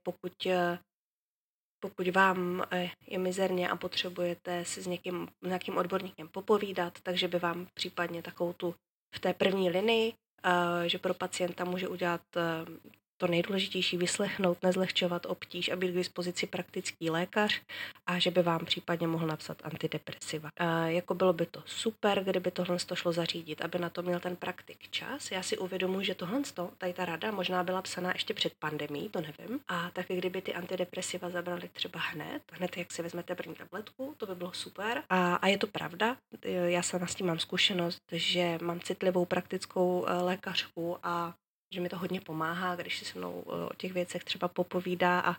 pokud vám je mizerně a potřebujete si s nějakým odborníkem popovídat, takže by vám případně takovou tu v té první linii, že pro pacienta může udělat to nejdůležitější, vyslechnout, nezlehčovat obtíž a být k dispozici praktický lékař a že by vám případně mohl napsat antidepresiva. Jako bylo by to super, kdyby tohle šlo zařídit, aby na to měl ten praktik čas. Já si uvědomuji, že tady ta rada možná byla psaná ještě před pandemií, to nevím. A taky kdyby ty antidepresiva zabrali třeba hned, jak si vezmete první tabletku, to by bylo super. A je to pravda, já sama s tím mám zkušenost, že mám citlivou praktickou lékařku a že mi to hodně pomáhá, když si se mnou o těch věcech třeba popovídá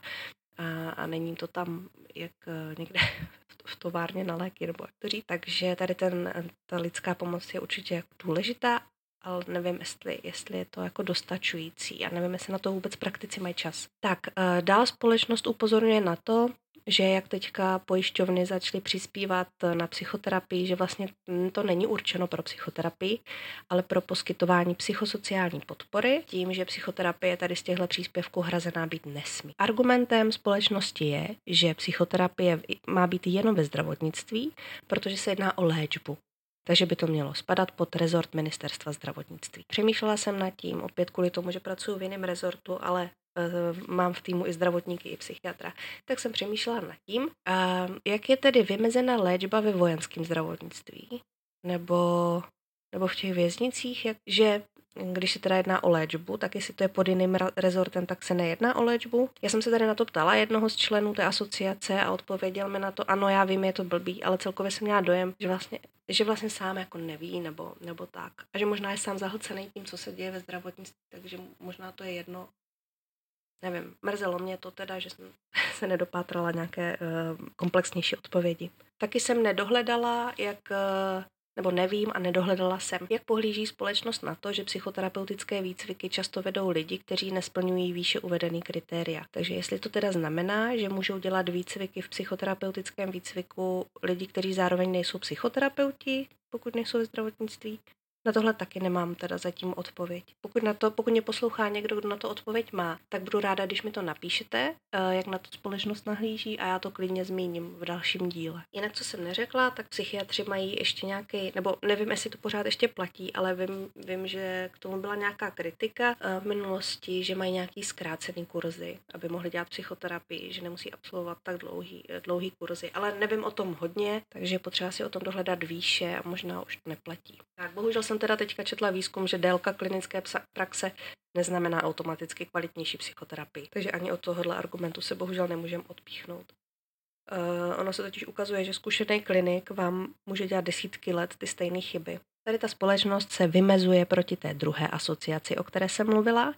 a není to tam jak někde v továrně na léky, nebo jak to říct. Takže tady ta lidská pomoc je určitě důležitá, ale nevím, jestli je to jako dostačující a nevím, jestli na to vůbec praktici mají čas. Tak, dál společnost upozorňuje na to, že jak teďka pojišťovny začaly přispívat na psychoterapii, že vlastně to není určeno pro psychoterapii, ale pro poskytování psychosociální podpory, tím, že psychoterapie tady z těchto příspěvků hrazená být nesmí. Argumentem společnosti je, že psychoterapie má být jenom ve zdravotnictví, protože se jedná o léčbu. Takže by to mělo spadat pod rezort Ministerstva zdravotnictví. Přemýšlela jsem nad tím, opět kvůli tomu, že pracuji v jiném rezortu, ale mám v týmu i zdravotníky, i psychiatra, tak jsem přemýšlela nad tím, jak je tedy vymezena léčba ve vojenském zdravotnictví, nebo v těch věznicích, že když se teda jedná o léčbu, tak jestli to je pod jiným rezortem, tak se nejedná o léčbu. Já jsem se tady na to ptala jednoho z členů té asociace a odpověděl mi na to, ano, já vím, je to blbý, ale celkově jsem měla dojem, že vlastně sám jako neví nebo tak. A že možná je sám zahlcený tím, co se děje ve zdravotnictví, takže možná to je jedno. Nevím, mrzelo mě to teda, že jsem se nedopátrala nějaké komplexnější odpovědi. Taky jsem nedohledala, nebo nevím a nedohledala jsem, jak pohlíží společnost na to, že psychoterapeutické výcviky často vedou lidi, kteří nesplňují výše uvedený kritéria. Takže jestli to teda znamená, že můžou dělat výcviky v psychoterapeutickém výcviku lidi, kteří zároveň nejsou psychoterapeuti, pokud nejsou ve zdravotnictví, na tohle taky nemám teda zatím odpověď. Pokud mě poslouchá někdo, kdo na to odpověď má, tak budu ráda, když mi to napíšete, jak na to společnost nahlíží a já to klidně zmíním v dalším díle. Jinak, co jsem neřekla, tak psychiatři mají ještě nějaký, nebo nevím, jestli to pořád ještě platí, ale vím, že k tomu byla nějaká kritika v minulosti, že mají nějaký zkrácený kurzy, aby mohli dělat psychoterapii, že nemusí absolvovat tak dlouhý kurzy, ale nevím o tom hodně, takže potřeba si o tom dohledat výše a možná už to neplatí. Tak bohužel jsem teda teďka četla výzkum, že délka klinické praxe neznamená automaticky kvalitnější psychoterapii. Takže ani od tohohle argumentu se bohužel nemůžeme odpíchnout. Ono se totiž ukazuje, že zkušený klinik vám může dělat desítky let ty stejné chyby. Tady ta společnost se vymezuje proti té druhé asociaci, o které jsem mluvila.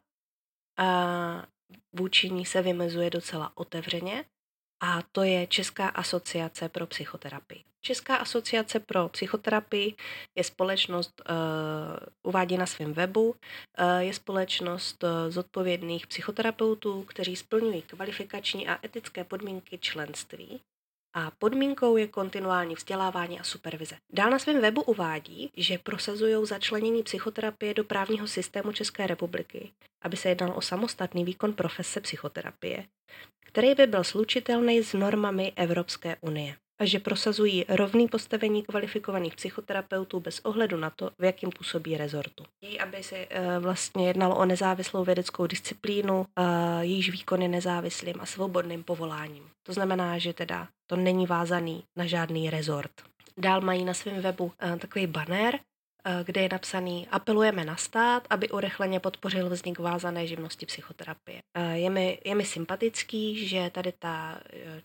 A vůči ní se vymezuje docela otevřeně. A to je Česká asociace pro psychoterapii. Česká asociace pro psychoterapii je společnost, uvádí na svém webu, je společnost zodpovědných psychoterapeutů, kteří splňují kvalifikační a etické podmínky členství. A podmínkou je kontinuální vzdělávání a supervize. Dál na svém webu uvádí, že prosazují začlenění psychoterapie do právního systému České republiky, aby se jednalo o samostatný výkon profese psychoterapie, který by byl slučitelný s normami Evropské unie. A že prosazují rovné postavení kvalifikovaných psychoterapeutů bez ohledu na to, v jakém působí rezortu. Aby se vlastně jednalo o nezávislou vědeckou disciplínu, jejíž výkon je nezávislým a svobodným povoláním. To znamená, že teda to není vázaný na žádný rezort. Dál mají na svém webu takový banner, kde je napsaný: apelujeme na stát, aby urychleně podpořil vznik vázané živnosti psychoterapie. Je mi sympatický, že tady ta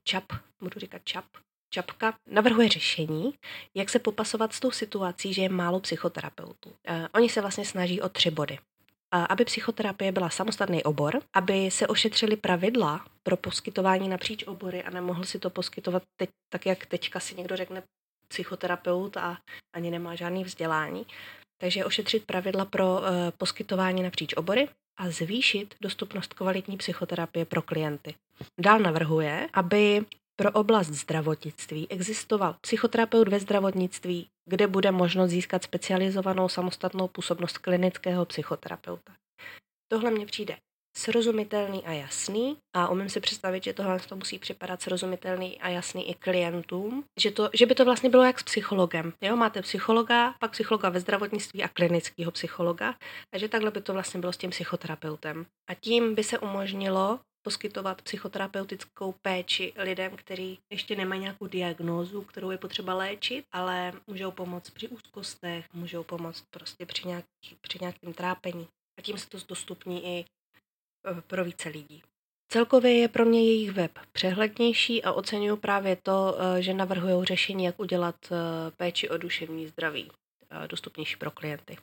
Čapka navrhuje řešení, jak se popasovat s tou situací, že je málo psychoterapeutů. Oni se vlastně snaží o 3 body. Aby psychoterapie byla samostatný obor, aby se ošetřily pravidla pro poskytování napříč obory a nemohl si to poskytovat teď, tak, jak teďka si někdo řekne psychoterapeut a ani nemá žádný vzdělání. Takže ošetřit pravidla pro poskytování napříč obory a zvýšit dostupnost kvalitní psychoterapie pro klienty. Dál navrhuje, aby pro oblast zdravotnictví existoval psychoterapeut ve zdravotnictví, kde bude možnost získat specializovanou samostatnou působnost klinického psychoterapeuta. Tohle mně přijde srozumitelný a jasný a umím si představit, že tohle to musí připadat srozumitelný a jasný i klientům, že by to vlastně bylo jak s psychologem. Jo? Máte psychologa, pak psychologa ve zdravotnictví a klinického psychologa a že takhle by to vlastně bylo s tím psychoterapeutem. A tím by se umožnilo poskytovat psychoterapeutickou péči lidem, kteří ještě nemají nějakou diagnózu, kterou je potřeba léčit, ale můžou pomoct při úzkostech, můžou pomoct prostě při nějakém trápení. A tím se to zdostupní i pro více lidí. Celkově je pro mě jejich web přehlednější a oceňuju právě to, že navrhují řešení, jak udělat péči o duševní zdraví dostupnější pro klienty.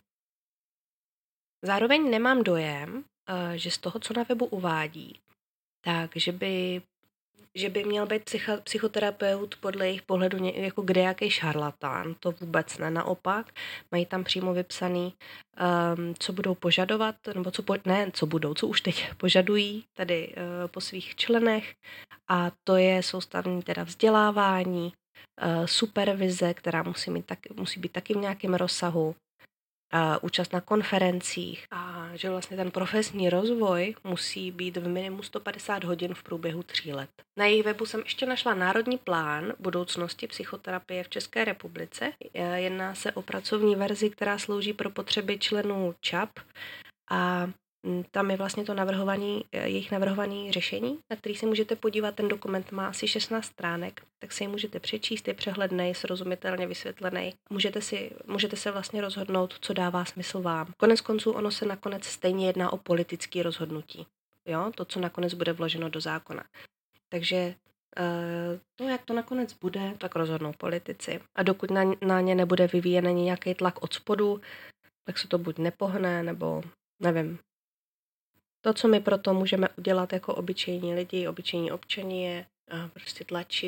Zároveň nemám dojem, že z toho, co na webu uvádí, takže že by měl být psychoterapeut podle jejich pohledu jako kdejaký šarlatán, to vůbec ne, naopak. Mají tam přímo vypsaný, co budou požadovat, nebo co už teď požadují tady po svých členech, a to je soustavní teda vzdělávání, supervize, která musí být taky v nějakém rozsahu, účast na konferencích a že vlastně ten profesní rozvoj musí být v minimu 150 hodin v průběhu 3 let. Na jejich webu jsem ještě našla národní plán budoucnosti psychoterapie v České republice. Jedná se o pracovní verzi, která slouží pro potřeby členů ČAP a tam je vlastně to jejich navrhované řešení, na který se můžete podívat. Ten dokument má asi 16 stránek, tak si ji můžete přečíst, je přehlednej, srozumitelně vysvětlený. Můžete se vlastně rozhodnout, co dává smysl vám. Konec konců ono se nakonec stejně jedná o politické rozhodnutí. Jo? To, co nakonec bude vloženo do zákona. Takže to, jak to nakonec bude, tak rozhodnou politici. A dokud na ně nebude vyvíjen nějaký tlak od spodu, tak se to buď nepohne, nebo nevím. To, co my proto můžeme udělat jako obyčejní lidi, obyčejní občani, je prostě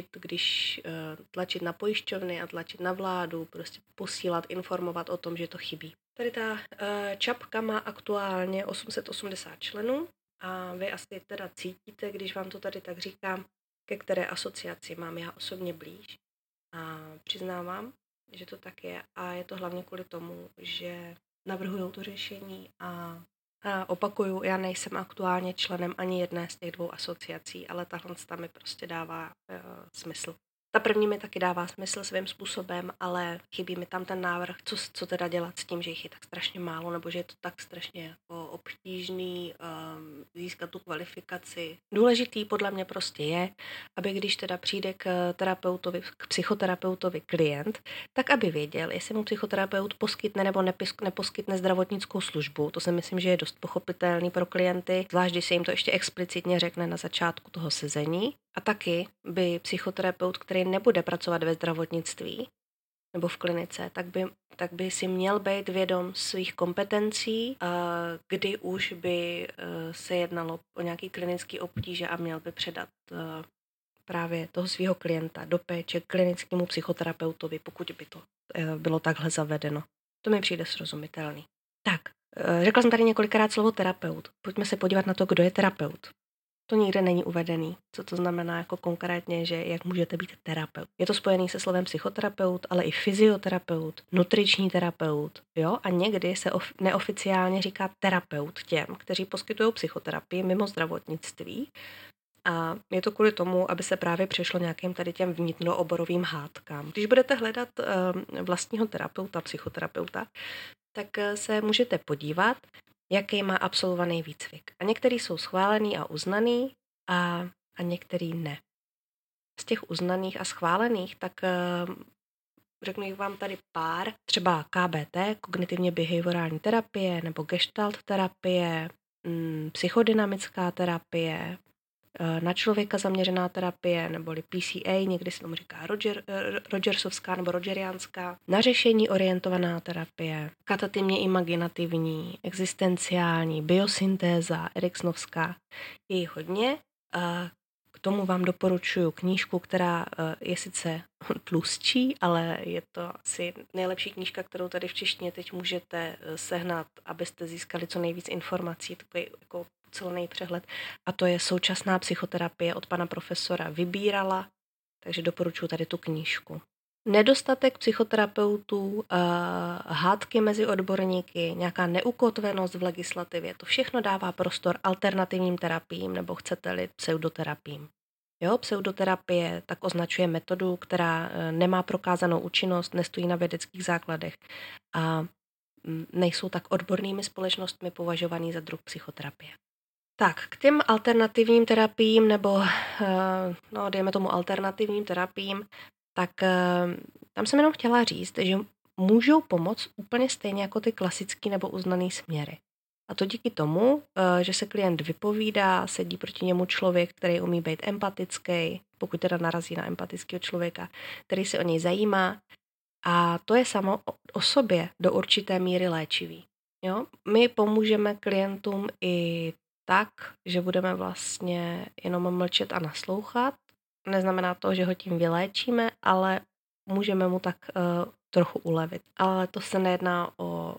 tlačit na pojišťovny a tlačit na vládu, prostě posílat, informovat o tom, že to chybí. Tady ta Čapka má aktuálně 880 členů a vy asi teda cítíte, když vám to tady tak říkám, ke které asociaci mám já osobně blíž. A přiznávám, že to tak je a je to hlavně kvůli tomu, že navrhujou to řešení a opakuju, já nejsem aktuálně členem ani jedné z těch 2 asociací, ale tahle mi prostě dává smysl. Ta první mi taky dává smysl svým způsobem, ale chybí mi tam ten návrh, co teda dělat s tím, že jich je tak strašně málo, nebo že je to tak strašně jako obtížný získat tu kvalifikaci. Důležitý podle mě prostě je, aby když teda přijde k psychoterapeutovi klient, tak aby věděl, jestli mu psychoterapeut poskytne nebo neposkytne zdravotnickou službu. To si myslím, že je dost pochopitelný pro klienty, zvlášť když se jim to ještě explicitně řekne na začátku toho sezení. A taky by psychoterapeut, který nebude pracovat ve zdravotnictví nebo v klinice, tak by si měl být vědom svých kompetencí, kdy už by se jednalo o nějaký klinický obtíže a měl by předat právě toho svého klienta do péče klinickému psychoterapeutovi, pokud by to bylo takhle zavedeno. To mi přijde srozumitelný. Tak, řekla jsem tady několikrát slovo terapeut. Pojďme se podívat na to, kdo je terapeut. To nikde není uvedený, co to znamená jako konkrétně, že jak můžete být terapeut. Je to spojený se slovem psychoterapeut, ale i fyzioterapeut, nutriční terapeut, jo? A někdy se neoficiálně říká terapeut těm, kteří poskytují psychoterapii mimo zdravotnictví. A je to kvůli tomu, aby se právě přešlo nějakým tady těm vnitrooborovým hádkám. Když budete hledat vlastního terapeuta, psychoterapeuta, tak se můžete podívat, jaký má absolvovaný výcvik. A některý jsou schválený a uznaný a některý ne. Z těch uznaných a schválených, tak řeknu vám tady pár, třeba KBT, kognitivně behaviorální terapie, nebo gestalt terapie, psychodynamická terapie, na člověka zaměřená terapie, neboli PCA, někdy se tomu říká Rogersovská nebo rogeriánská, na řešení orientovaná terapie, katatimně imaginativní, existenciální, biosyntéza, Eriksnovská, je jich hodně. K tomu vám doporučuji knížku, která je sice tlustší, ale je to asi nejlepší knížka, kterou tady v češtině teď můžete sehnat, abyste získali co nejvíc informací, takový jako celý přehled. A to je Současná psychoterapie od pana profesora Vybírala, takže doporučuji tady tu knížku. Nedostatek psychoterapeutů, hádky mezi odborníky, nějaká neukotvenost v legislativě, to všechno dává prostor alternativním terapiím nebo chcete-li pseudoterapiím. Jo, pseudoterapie tak označuje metodu, která nemá prokázanou účinnost, nestojí na vědeckých základech a nejsou tak odbornými společnostmi považovaný za druh psychoterapie. Tak, k těm alternativním terapiím nebo, dejme tomu alternativním terapiím, tak tam jsem jenom chtěla říct, že můžou pomoct úplně stejně jako ty klasický nebo uznaný směry. A to díky tomu, že se klient vypovídá, sedí proti němu člověk, který umí být empatický, pokud teda narazí na empatického člověka, který se o něj zajímá. A to je samo o sobě do určité míry léčivý. Jo? My pomůžeme klientům i tak, že budeme vlastně jenom mlčet a naslouchat. Neznamená to, že ho tím vyléčíme, ale můžeme mu tak trochu ulevit. Ale to se nejedná o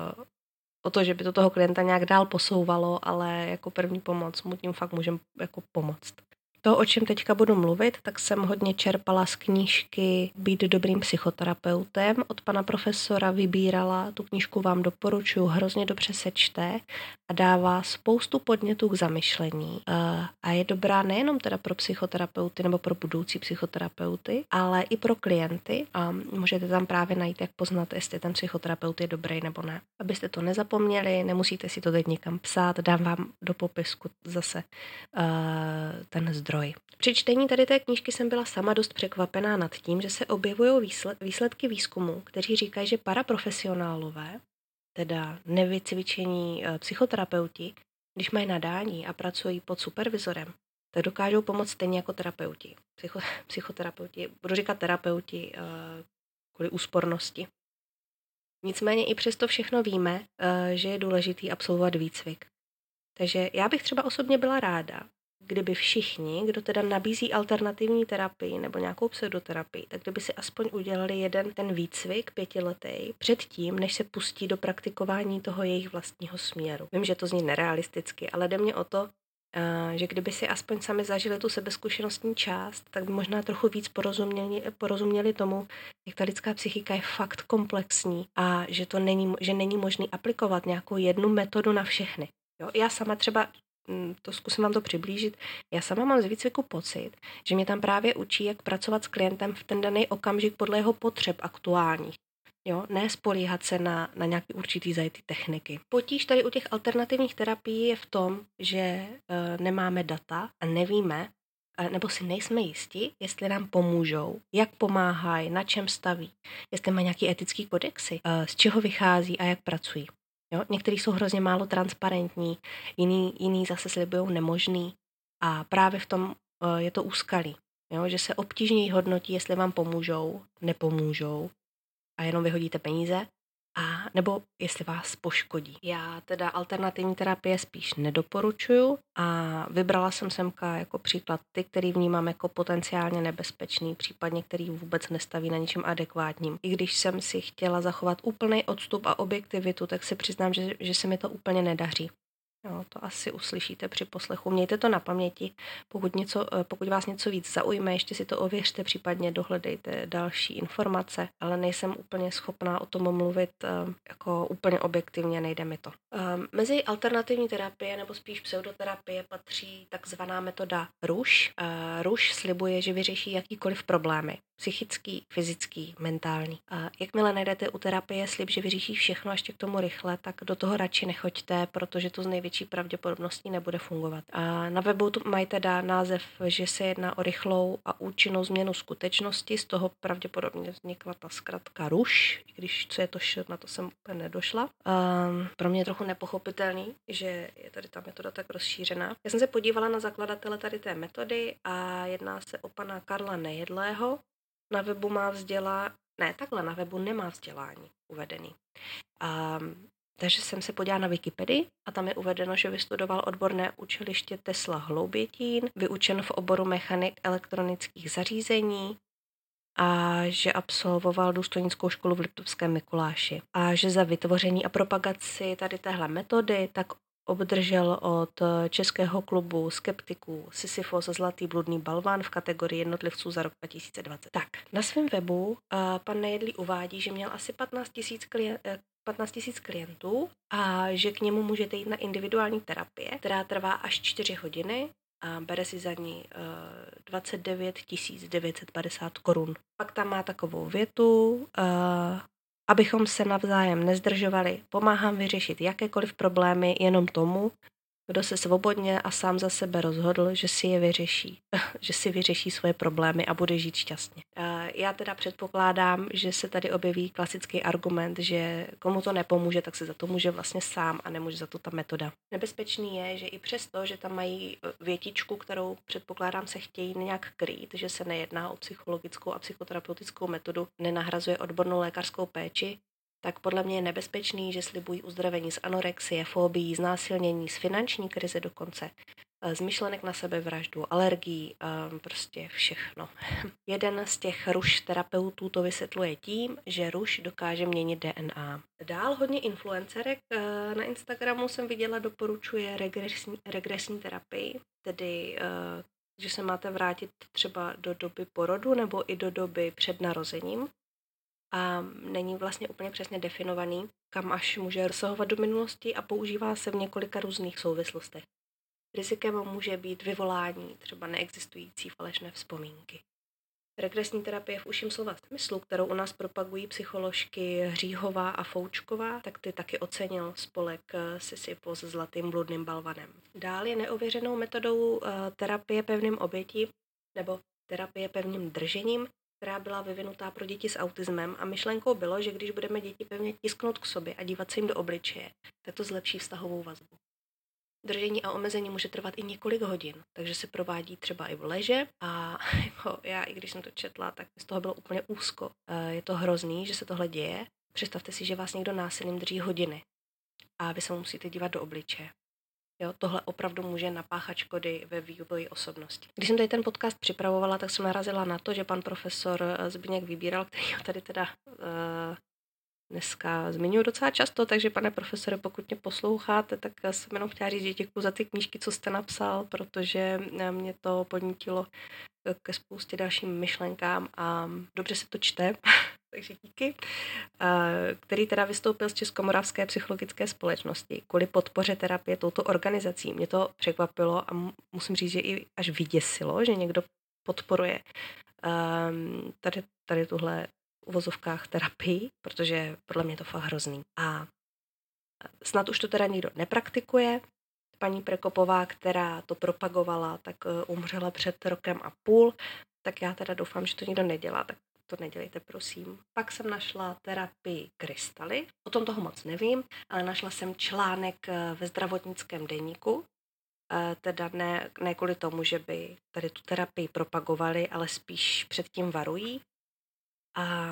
to, že by to toho klienta nějak dál posouvalo, ale jako první pomoc mu tím fakt můžeme jako pomoct. To, o čem teďka budu mluvit, tak jsem hodně čerpala z knížky Být dobrým psychoterapeutem od pana profesora Vybírala. Tu knížku vám doporučuji, hrozně dobře se čte a dává spoustu podnětů k zamyšlení. A je dobrá nejenom teda pro psychoterapeuty nebo pro budoucí psychoterapeuty, ale i pro klienty a můžete tam právě najít, jak poznat, jestli ten psychoterapeut je dobrý nebo ne. Abyste to nezapomněli, nemusíte si to teď někam psát, dám vám do popisku zase ten zdroj. Při čtení tady té knížky jsem byla sama dost překvapená nad tím, že se objevují výsledky výzkumu, kteří říkají, že paraprofesionálové, teda nevycvičení psychoterapeuti, když mají nadání a pracují pod supervizorem, tak dokážou pomoct stejně jako terapeuti. Psychoterapeuti, budu říkat terapeuti kvůli úspornosti. Nicméně i přesto všechno víme, že je důležitý absolvovat výcvik. Takže já bych třeba osobně byla ráda, kdyby všichni, kdo teda nabízí alternativní terapii nebo nějakou pseudoterapii, tak kdyby si aspoň udělali jeden ten výcvik 5letý předtím, než se pustí do praktikování toho jejich vlastního směru. Vím, že to zní nerealisticky, ale jde mě o to, že kdyby si aspoň sami zažili tu sebezkušenostní část, tak by možná trochu víc porozuměli tomu, jak ta lidská psychika je fakt komplexní a že není možný aplikovat nějakou jednu metodu na všechny. Jo? Já sama třeba to zkusím vám to přiblížit. Já sama mám z výcviku pocit, že mě tam právě učí, jak pracovat s klientem v ten daný okamžik podle jeho potřeb aktuálních. Jo? Ne spolíhat se na nějaký určitý zajetý techniky. Potíž tady u těch alternativních terapií je v tom, že nemáme data a nevíme, nebo si nejsme jisti, jestli nám pomůžou, jak pomáhají, na čem staví, jestli mají nějaký etický kodexy, z čeho vychází a jak pracují. Jo? Některý jsou hrozně málo transparentní, jiný zase slibují nemožný a právě v tom je to úskalí, jo? Že se obtížněji hodnotí, jestli vám pomůžou, nepomůžou a jenom vyhodíte peníze, a nebo jestli vás poškodí. Já teda alternativní terapie spíš nedoporučuju a vybrala jsem semka jako příklad ty, který vnímám jako potenciálně nebezpečný, případně který vůbec nestaví na ničem adekvátním. I když jsem si chtěla zachovat úplný odstup a objektivitu, tak si přiznám, že se mi to úplně nedaří. Jo, to asi uslyšíte při poslechu. Mějte to na paměti. Pokud vás něco víc zaujme, ještě si to ověřte, případně dohledejte další informace, ale nejsem úplně schopná o tom mluvit jako úplně objektivně, nejde mi to. Mezi alternativní terapie nebo spíš pseudoterapie patří takzvaná metoda RUŠ. RUŠ slibuje, že vyřeší jakýkoliv problémy. Psychický, fyzický, mentální. Jakmile najdete u terapie slib, že vyřeší všechno a ještě k tomu rychle, tak do toho radši nechoďte, protože to z největší pravděpodobností nebude fungovat. A na webu tu mají teda název, že se jedná o rychlou a účinnou změnu skutečnosti, z toho pravděpodobně vznikla ta zkratka RUŠ, i když co je to š, na to jsem úplně nedošla. Pro mě je trochu nepochopitelný, že je tady ta metoda tak rozšířená. Já jsem se podívala na zakladatele tady té metody a jedná se o pana Karla Nejedlého. Na webu na webu nemá vzdělání uvedený. Takže jsem se podívala na Wikipedii a tam je uvedeno, že vystudoval odborné učiliště Tesla Hloubětín, vyučen v oboru mechanik elektronických zařízení a že absolvoval důstojnickou školu v Liptovském Mikuláši. A že za vytvoření a propagaci tady téhle metody tak obdržel od Českého klubu skeptiků Sisyfos Zlatý bludný balván v kategorii jednotlivců za rok 2020. Tak, na svém webu pan Nejedlý uvádí, že měl asi 15 000 klientů a že k němu můžete jít na individuální terapie, která trvá až 4 hodiny a bere si za ní 29 950 korun. Pak tam má takovou větu, abychom se navzájem nezdržovali, pomáhám vyřešit jakékoliv problémy jenom tomu, kdo se svobodně a sám za sebe rozhodl, že si je vyřeší, že si vyřeší svoje problémy a bude žít šťastně. Já teda předpokládám, že se tady objeví klasický argument, že komu to nepomůže, tak se za to může vlastně sám a nemůže za to ta metoda. Nebezpečný je, že i přesto, že tam mají větičku, kterou předpokládám se chtějí nějak krýt, že se nejedná o psychologickou a psychoterapeutickou metodu, nenahrazuje odbornou lékařskou péči, tak podle mě je nebezpečný, že slibují uzdravení z anorexie, fobií, znásilnění, z finanční krize dokonce, z myšlenek na sebevraždu, alergií, prostě všechno. Jeden z těch ruš terapeutů to vysvětluje tím, že ruš dokáže měnit DNA. Dál hodně influencerek na Instagramu jsem viděla, doporučuje regresní terapii, tedy že se máte vrátit třeba do doby porodu nebo i do doby před narozením. A není vlastně úplně přesně definovaný, kam až může rozsahovat do minulosti a používá se v několika různých souvislostech. Rizikem může být vyvolání třeba neexistující falešné vzpomínky. Regresní terapie v užším slova smyslu, kterou u nás propagují psycholožky Hříhová a Foučková, tak ty taky ocenil spolek Sisyfos s Zlatým bludným balvanem. Dál je neověřenou metodou terapie pevným obětí nebo terapie pevným držením, která byla vyvinutá pro děti s autismem a myšlenkou bylo, že když budeme děti pevně tisknout k sobě a dívat se jim do obličeje, tak to zlepší vztahovou vazbu. Držení a omezení může trvat i několik hodin, takže se provádí třeba i v leže a jako já, i když jsem to četla, tak z toho bylo úplně úzko. Je to hrozný, že se tohle děje. Představte si, že vás někdo násilím drží hodiny a vy se mu musíte dívat do obličeje. Jo, tohle opravdu může napáchat škody ve vývoji osobnosti. Když jsem tady ten podcast připravovala, tak jsem narazila na to, že pan profesor Zbyněk Vybíral, který ho tady teda dneska zmiňuji docela často, takže pane profesore, pokud mě posloucháte, tak jsem jenom chtěla říct, že děkuji za ty knížky, co jste napsal, protože mě to podnítilo ke spoustě dalším myšlenkám a dobře se to čte, takže díky, který teda vystoupil z Českomoravské psychologické společnosti kvůli podpoře terapie touto organizací. Mě to překvapilo a musím říct, že i až vyděsilo, že někdo podporuje tady tuhle v uvozovkách terapii, protože podle mě je to fakt hrozný. A snad už to teda nikdo nepraktikuje. Paní Prekopová, která to propagovala, tak umřela před 1,5 roku, tak já teda doufám, že to nikdo nedělá, tak to nedělejte, prosím. Pak jsem našla terapii krystaly, o tom toho moc nevím, ale našla jsem článek ve zdravotnickém deníku, teda ne kvůli tomu, že by tady tu terapii propagovali, ale spíš předtím varují. A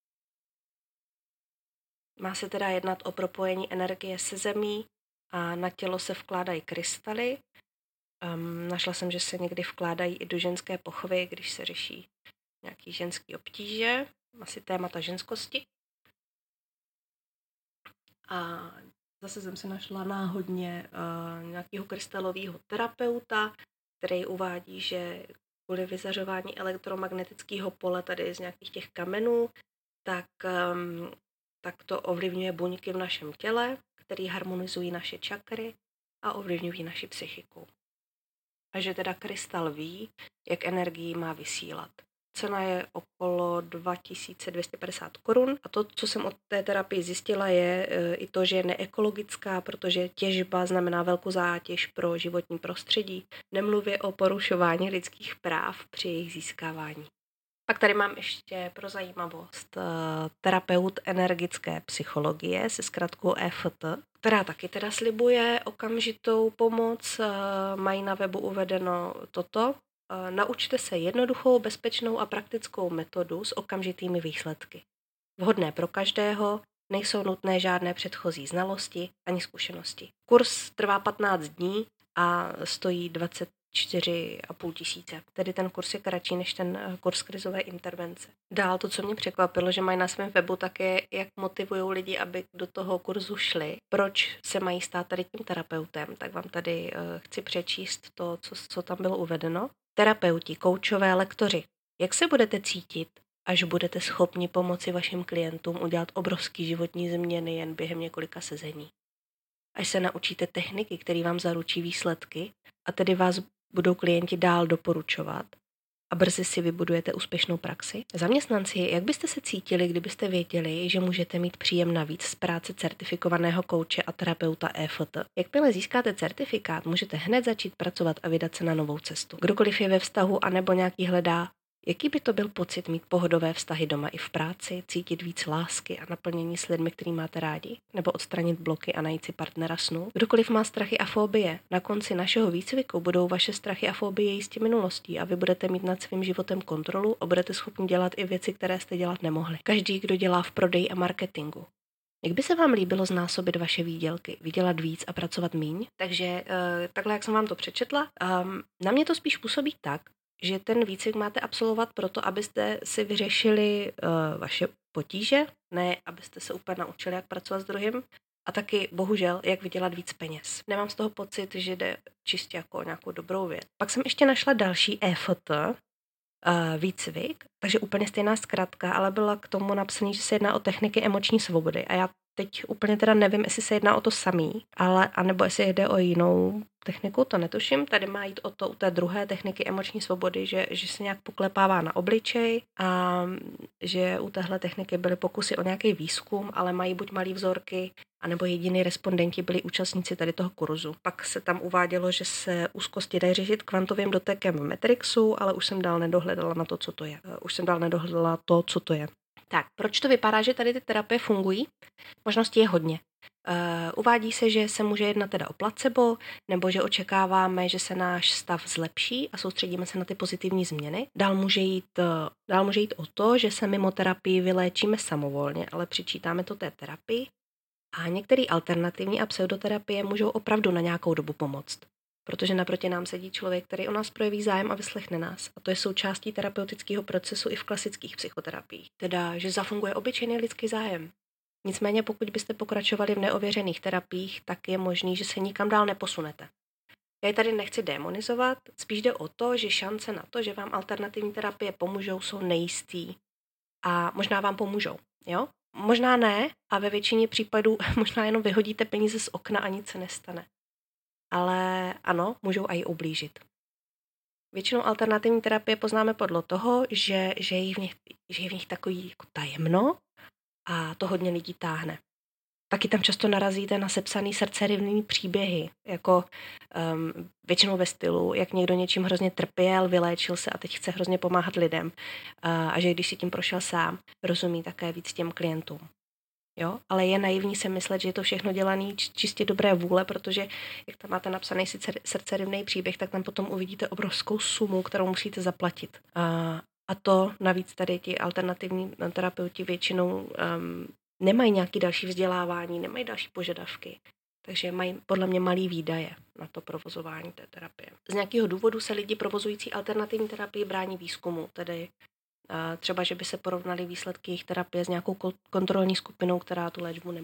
má se teda jednat o propojení energie se zemí a na tělo se vkládají krystaly. Našla jsem, že se někdy vkládají i do ženské pochvy, když se řeší nějaký ženský obtíže, asi témata ženskosti. A Zase jsem se našla náhodně nějakého krystalového terapeuta, který uvádí, že kvůli vyzařování elektromagnetického pole tady z nějakých těch kamenů, tak to ovlivňuje buňky v našem těle, které harmonizují naše čakry a ovlivňují naši psychiku. A že teda krystal ví, jak energii má vysílat. Cena je okolo 2250 korun a to, co jsem od té terapii zjistila, je i to, že je neekologická, protože těžba znamená velkou zátěž pro životní prostředí, nemluvě o porušování lidských práv při jejich získávání. Pak tady mám ještě pro zajímavost terapeut energické psychologie se zkratkou EFT, která taky teda slibuje okamžitou pomoc. Mají na webu uvedeno toto. Naučte se jednoduchou, bezpečnou a praktickou metodu s okamžitými výsledky. Vhodné pro každého, nejsou nutné žádné předchozí znalosti ani zkušenosti. Kurz trvá 15 dní a stojí 24,5 tisíce. Tedy ten kurz je kratší než ten kurz krizové intervence. Dál to, co mě překvapilo, že mají na svém webu také, jak motivují lidi, aby do toho kurzu šli. Proč se mají stát tady tím terapeutem, tak vám tady chci přečíst to, co tam bylo uvedeno. Terapeuti, koučové, lektoři. Jak se budete cítit, až budete schopni pomoci vašim klientům udělat obrovský životní změny jen během několika sezení? Až se naučíte techniky, které vám zaručí výsledky a tedy vás budou klienti dál doporučovat a brzy si vybudujete úspěšnou praxi? Zaměstnanci, jak byste se cítili, kdybyste věděli, že můžete mít příjem navíc z práce certifikovaného kouče a terapeuta EFT? Jakmile získáte certifikát, můžete hned začít pracovat a vydat se na novou cestu. Kdokoliv je ve vztahu anebo nějaký hledá, jaký by to byl pocit mít pohodové vztahy doma i v práci, cítit víc lásky a naplnění s lidmi, který máte rádi, nebo odstranit bloky a najít si partnera snů? Kdokoliv má strachy a fobie, na konci našeho výcviku budou vaše strachy a fobie jistě minulostí a vy budete mít nad svým životem kontrolu a budete schopni dělat i věci, které jste dělat nemohli. Každý, kdo dělá v prodeji a marketingu. Jak by se vám líbilo znásobit vaše výdělky, vydělat víc a pracovat míň? Takže takhle, jak jsem vám to přečetla, na mě to spíš působí tak, že ten výcvik máte absolvovat proto, abyste si vyřešili vaše potíže, ne abyste se úplně naučili, jak pracovat s druhým, a taky, bohužel, jak vydělat víc peněz. Nemám z toho pocit, že jde čistě jako o nějakou dobrou věc. Pak jsem ještě našla další EFT, výcvik, takže úplně stejná zkratka, ale byla k tomu napsaný, že se jedná o techniky emoční svobody. A já teď úplně teda nevím, jestli se jedná o to samý, anebo jestli jde o jinou techniku, to netuším. Tady má jít o to u té druhé techniky emoční svobody, že se nějak poklepává na obličej a že u téhle techniky byly pokusy o nějaký výzkum, ale mají buď malý vzorky, anebo jediný respondenti byli účastníci tady toho kurzu. Pak se tam uvádělo, že se úzkosti dají řešit kvantovým dotekem v Matrixu, ale už jsem dál nedohledala na to, co to je. Co to je. Tak, proč to vypadá, že tady ty terapie fungují? Možností je hodně. Uvádí se, že se může jednat teda o placebo, nebo že očekáváme, že se náš stav zlepší a soustředíme se na ty pozitivní změny. Dál může jít o to, že se mimo terapii vyléčíme samovolně, ale přičítáme to té terapii. A některé alternativní a pseudoterapie můžou opravdu na nějakou dobu pomoct. Protože naproti nám sedí člověk, který o nás projeví zájem a vyslechne nás. A to je součástí terapeutického procesu i v klasických psychoterapiích. Teda, že zafunguje obyčejný lidský zájem. Nicméně pokud byste pokračovali v neověřených terapiích, tak je možný, že se nikam dál neposunete. Já je tady nechci démonizovat, spíš jde o to, že šance na to, že vám alternativní terapie pomůžou, jsou nejistý. A možná vám pomůžou, jo? Možná ne a ve většině případů možná jenom vyhodíte peníze z okna a nic se nestane. Ale ano, můžou i ublížit. Většinou alternativní terapie poznáme podle toho, že je v nich takový jako tajemno a to hodně lidí táhne. Taky tam často narazíte na sepsaný srdcerivný příběhy, jako většinou ve stylu, jak někdo něčím hrozně trpěl, vyléčil se a teď chce hrozně pomáhat lidem. A že když si tím prošel sám, rozumí také víc těm klientům. Jo? Ale je naivní se myslet, že je to všechno dělané čistě dobré vůle, protože jak tam máte napsaný srdcerivný příběh, tak tam potom uvidíte obrovskou sumu, kterou musíte zaplatit. A to navíc tady ti alternativní terapeuti většinou nemají nějaké další vzdělávání, nemají další požadavky. Takže mají podle mě malý výdaje na to provozování té terapie. Z nějakého důvodu se lidi provozující alternativní terapii brání výzkumu, tedy třeba, že by se porovnali výsledky jejich terapie s nějakou kontrolní skupinou, která tu léčbu nemá.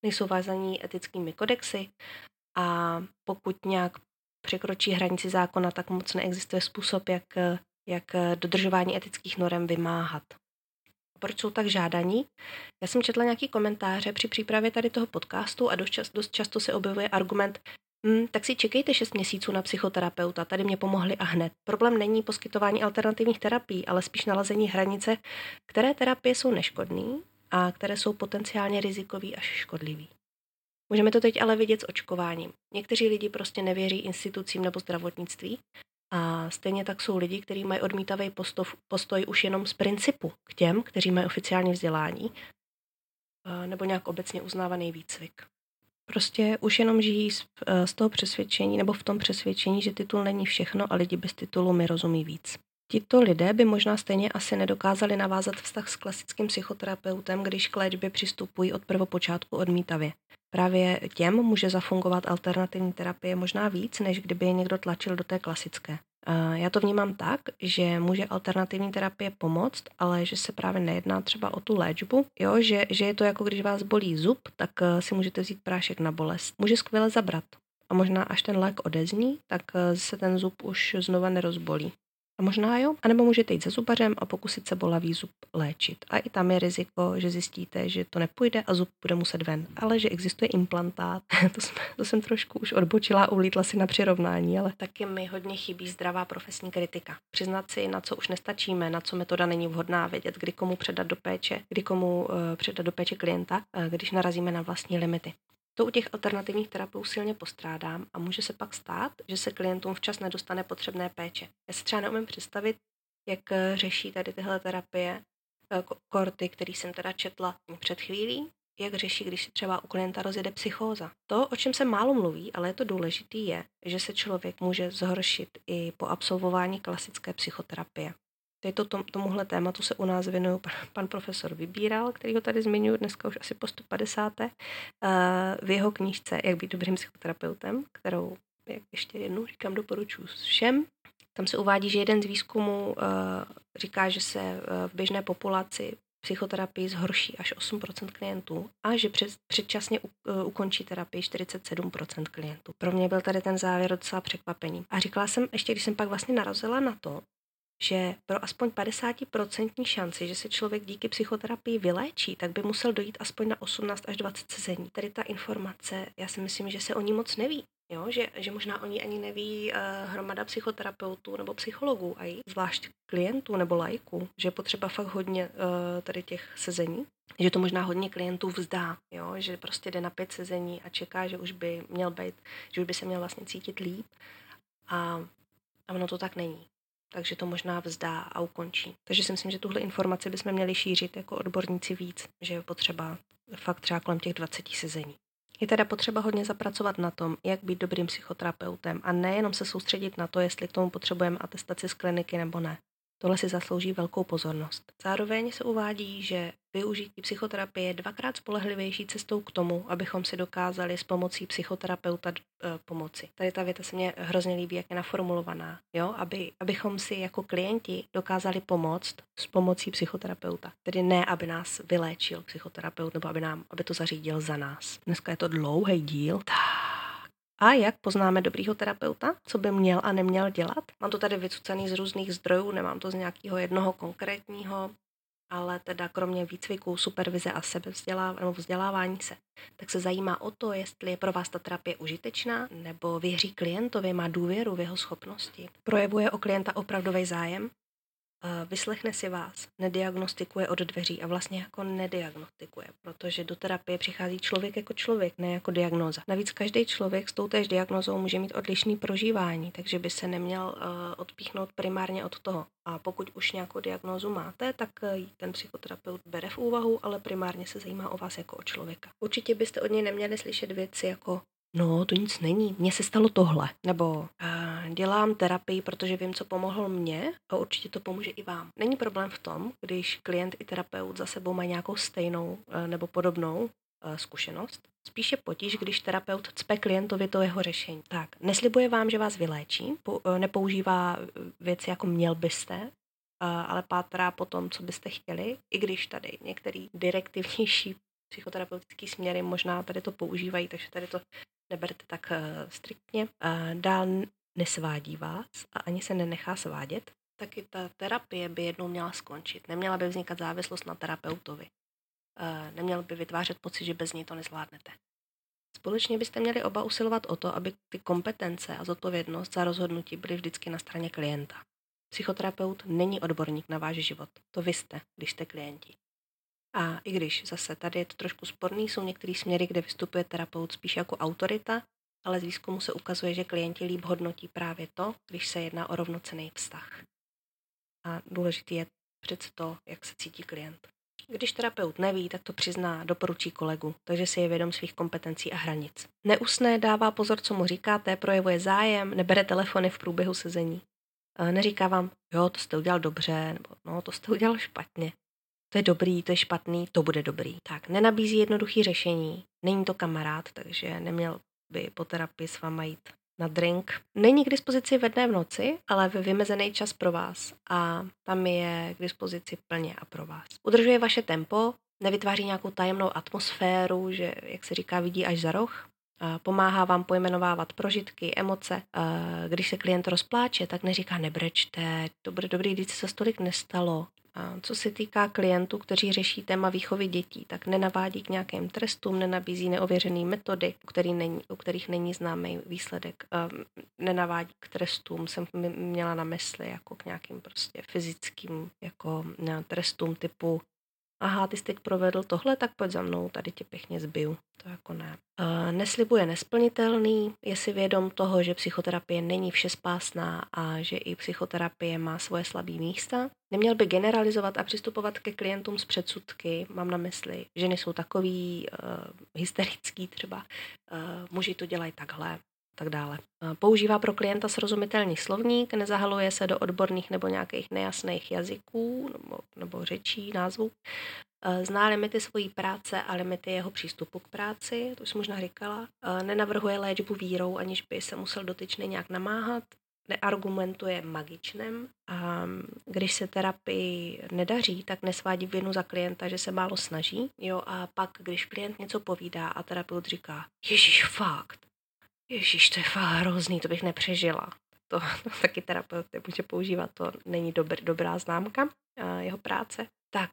nejsou vázaní etickými kodexy a pokud nějak překročí hranici zákona, tak moc neexistuje způsob, jak dodržování etických norem vymáhat. Proč jsou tak žádaní? Já jsem četla nějaký komentáře při přípravě tady toho podcastu a dost často se objevuje argument, tak si čekejte 6 měsíců na psychoterapeuta, tady mě pomohli a hned. Problém není poskytování alternativních terapií, ale spíš nalezení hranice, které terapie jsou neškodné a které jsou potenciálně rizikový až škodlivý. Můžeme to teď ale vidět s očkováním. Někteří lidi prostě nevěří institucím nebo zdravotnictví a stejně tak jsou lidi, kteří mají odmítavý postoj už jenom z principu k těm, kteří mají oficiální vzdělání nebo nějak obecně uznávaný výcvik. Prostě už jenom žijí z toho přesvědčení nebo v tom přesvědčení, že titul není všechno a lidi bez titulu mi rozumí víc. Tito lidé by možná stejně asi nedokázali navázat vztah s klasickým psychoterapeutem, když k léčbě přistupují od prvopočátku odmítavě. Právě těm může zafungovat alternativní terapie možná víc, než kdyby je někdo tlačil do té klasické. Já to vnímám tak, že může alternativní terapie pomoct, ale že se právě nejedná třeba o tu léčbu, jo? Že je to jako když vás bolí zub, tak si můžete vzít prášek na bolest. Může skvěle zabrat. A možná až ten lék odezní, tak se ten zub už znova nerozbolí. A možná jo, anebo můžete jít za zubařem a pokusit se bolavý zub léčit. A i tam je riziko, že zjistíte, že to nepůjde a zub bude muset ven. Ale že existuje implantát, to jsem trošku už odbočila a ulítla si na přirovnání, ale taky mi hodně chybí zdravá profesní kritika. Přiznat si, na co už nestačíme, na co metoda není vhodná, vědět, kdy komu předat do péče klienta, když narazíme na vlastní limity. To u těch alternativních terapeutů silně postrádám a může se pak stát, že se klientům včas nedostane potřebné péče. Já si třeba neumím představit, jak řeší tady tyhle terapie korty, který jsem teda četla před chvílí, jak řeší, když se třeba u klienta rozjede psychóza. To, o čem se málo mluví, ale je to důležitý, je, že se člověk může zhoršit i po absolvování klasické psychoterapie. Tomuhle tématu se u nás věnuje pan profesor Vybíral, který ho tady zmiňuji dneska už asi po 150. V jeho knížce Jak být dobrým psychoterapeutem, kterou, jak ještě jednou říkám, doporučuji všem. Tam se uvádí, že jeden z výzkumů říká, že se v běžné populaci psychoterapii zhorší až 8% klientů a že předčasně ukončí terapii 47% klientů. Pro mě byl tady ten závěr docela překvapením. A říkala jsem, ještě když jsem pak vlastně narazila na to, že pro aspoň 50% šanci, že se člověk díky psychoterapii vyléčí, tak by musel dojít aspoň na 18 až 20 sezení. Tady ta informace, já si myslím, že se o ní moc neví. Jo? Že možná o ní ani neví hromada psychoterapeutů nebo psychologů, a zvlášť klientů nebo laiků, že je potřeba fakt hodně tady těch sezení. Že to možná hodně klientů vzdá, jo? Že prostě jde na 5 sezení a čeká, že už by se měl vlastně cítit líp. A ono to tak není. Takže to možná vzdá a ukončí. Takže si myslím, že tuhle informaci bychom měli šířit jako odborníci víc, že je potřeba fakt třeba kolem těch 20 sezení. Je teda potřeba hodně zapracovat na tom, jak být dobrým psychoterapeutem a nejenom se soustředit na to, jestli k tomu potřebujeme atestaci z kliniky nebo ne. Tohle si zaslouží velkou pozornost. Zároveň se uvádí, že využití psychoterapie je 2krát spolehlivější cestou k tomu, abychom si dokázali s pomocí psychoterapeuta pomoci. Tady ta věta se mně hrozně líbí, jak je naformulovaná. Jo? Abychom si jako klienti dokázali pomoct s pomocí psychoterapeuta. Tedy ne, aby nás vyléčil psychoterapeut nebo aby to zařídil za nás. Dneska je to dlouhý díl. A jak poznáme dobrýho terapeuta? Co by měl a neměl dělat? Mám to tady vycucaný z různých zdrojů, nemám to z nějakého jednoho konkrétního, ale teda kromě výcviku, supervize a vzdělávání se, tak se zajímá o to, jestli je pro vás ta terapie užitečná, nebo věří klientovi, má důvěru v jeho schopnosti, projevuje o klienta opravdový zájem, vyslechne si vás, nediagnostikuje od dveří a vlastně jako nediagnostikuje, protože do terapie přichází člověk jako člověk, ne jako diagnóza. Navíc každý člověk s toutéž diagnózou může mít odlišný prožívání, takže by se neměl odpíchnout primárně od toho. A pokud už nějakou diagnózu máte, tak ji ten psychoterapeut bere v úvahu, ale primárně se zajímá o vás jako o člověka. Určitě byste od něj neměli slyšet věci jako no, to nic není, mně se stalo tohle. Nebo dělám terapii, protože vím, co pomohlo mně a určitě to pomůže i vám. Není problém v tom, když klient i terapeut za sebou mají nějakou stejnou nebo podobnou zkušenost. Spíše potíž, když terapeut cpe klientovi to jeho řešení. Tak, neslibuje vám, že vás vyléčí, nepoužívá věci jako měl byste, ale pátrá po tom, co byste chtěli, i když tady některý direktivnější psychoterapeutické směry možná tady to používají, takže tady to neberte tak striktně. Dál nesvádí vás a ani se nenechá svádět. Taky ta terapie by jednou měla skončit. Neměla by vznikat závislost na terapeutovi. Neměl by vytvářet pocit, že bez něj to nezvládnete. Společně byste měli oba usilovat o to, aby ty kompetence a zodpovědnost za rozhodnutí byly vždycky na straně klienta. Psychoterapeut není odborník na váš život. To vy jste, když jste klienti. A i když zase tady je to trošku sporný, jsou některé směry, kde vystupuje terapeut spíš jako autorita, ale z výzkumu se ukazuje, že klienti líp hodnotí právě to, když se jedná o rovnocenný vztah. A důležitý je přece to, jak se cítí klient. Když terapeut neví, tak to přizná, doporučí kolegu, takže si je vědom svých kompetencí a hranic. Neusne, dává pozor, co mu říkáte, projevuje zájem, nebere telefony v průběhu sezení. Neříká vám, jo, to jste udělal dobře, nebo no, to jste udělal špatně. To je dobrý, to je špatný, to bude dobrý. Tak, nenabízí jednoduchý řešení, není to kamarád, takže neměl by po terapii s váma jít na drink. Není k dispozici ve dne v noci, ale ve vymezený čas pro vás a tam je k dispozici plně a pro vás. Udržuje vaše tempo, nevytváří nějakou tajemnou atmosféru, že, jak se říká, vidí až za roh. Pomáhá vám pojmenovávat prožitky, emoce. Když se klient rozpláče, tak neříká nebrečte, to bude dobrý, když se tolik nestalo. Co se týká klientů, kteří řeší téma výchovy dětí, tak nenavádí k nějakým trestům, nenabízí neověřené metody, u kterých není známý výsledek. Nenavádí k trestům, jsem měla na mysli jako k nějakým prostě fyzickým jako trestům typu aha, ty jsi teď provedl tohle, tak pojď za mnou, tady tě pěkně zbiju. To jako ne. Neslibuje nesplnitelný, je si vědom toho, že psychoterapie není všespásná a že i psychoterapie má svoje slabé místa. Neměl by generalizovat a přistupovat ke klientům s předsudky, mám na mysli, ženy jsou takový hysterický třeba, muži to dělají takhle, tak dále. Používá pro klienta srozumitelný slovník, nezahaluje se do odborných nebo nějakých nejasných jazyků nebo řečí, názvů. Zná limity svojí práce a limity jeho přístupu k práci, to jsem možná říkala. Nenavrhuje léčbu vírou, aniž by se musel dotyčný nějak namáhat. Neargumentuje magičnem a když se terapii nedaří, tak nesvádí vinu za klienta, že se málo snaží. Jo, a pak, když klient něco povídá a terapeut říká, ježiš, fakt, ježiš, to je fakt hrozný, to bych nepřežila. To taky terapeut může používat, to není dobrá známka jeho práce. Tak,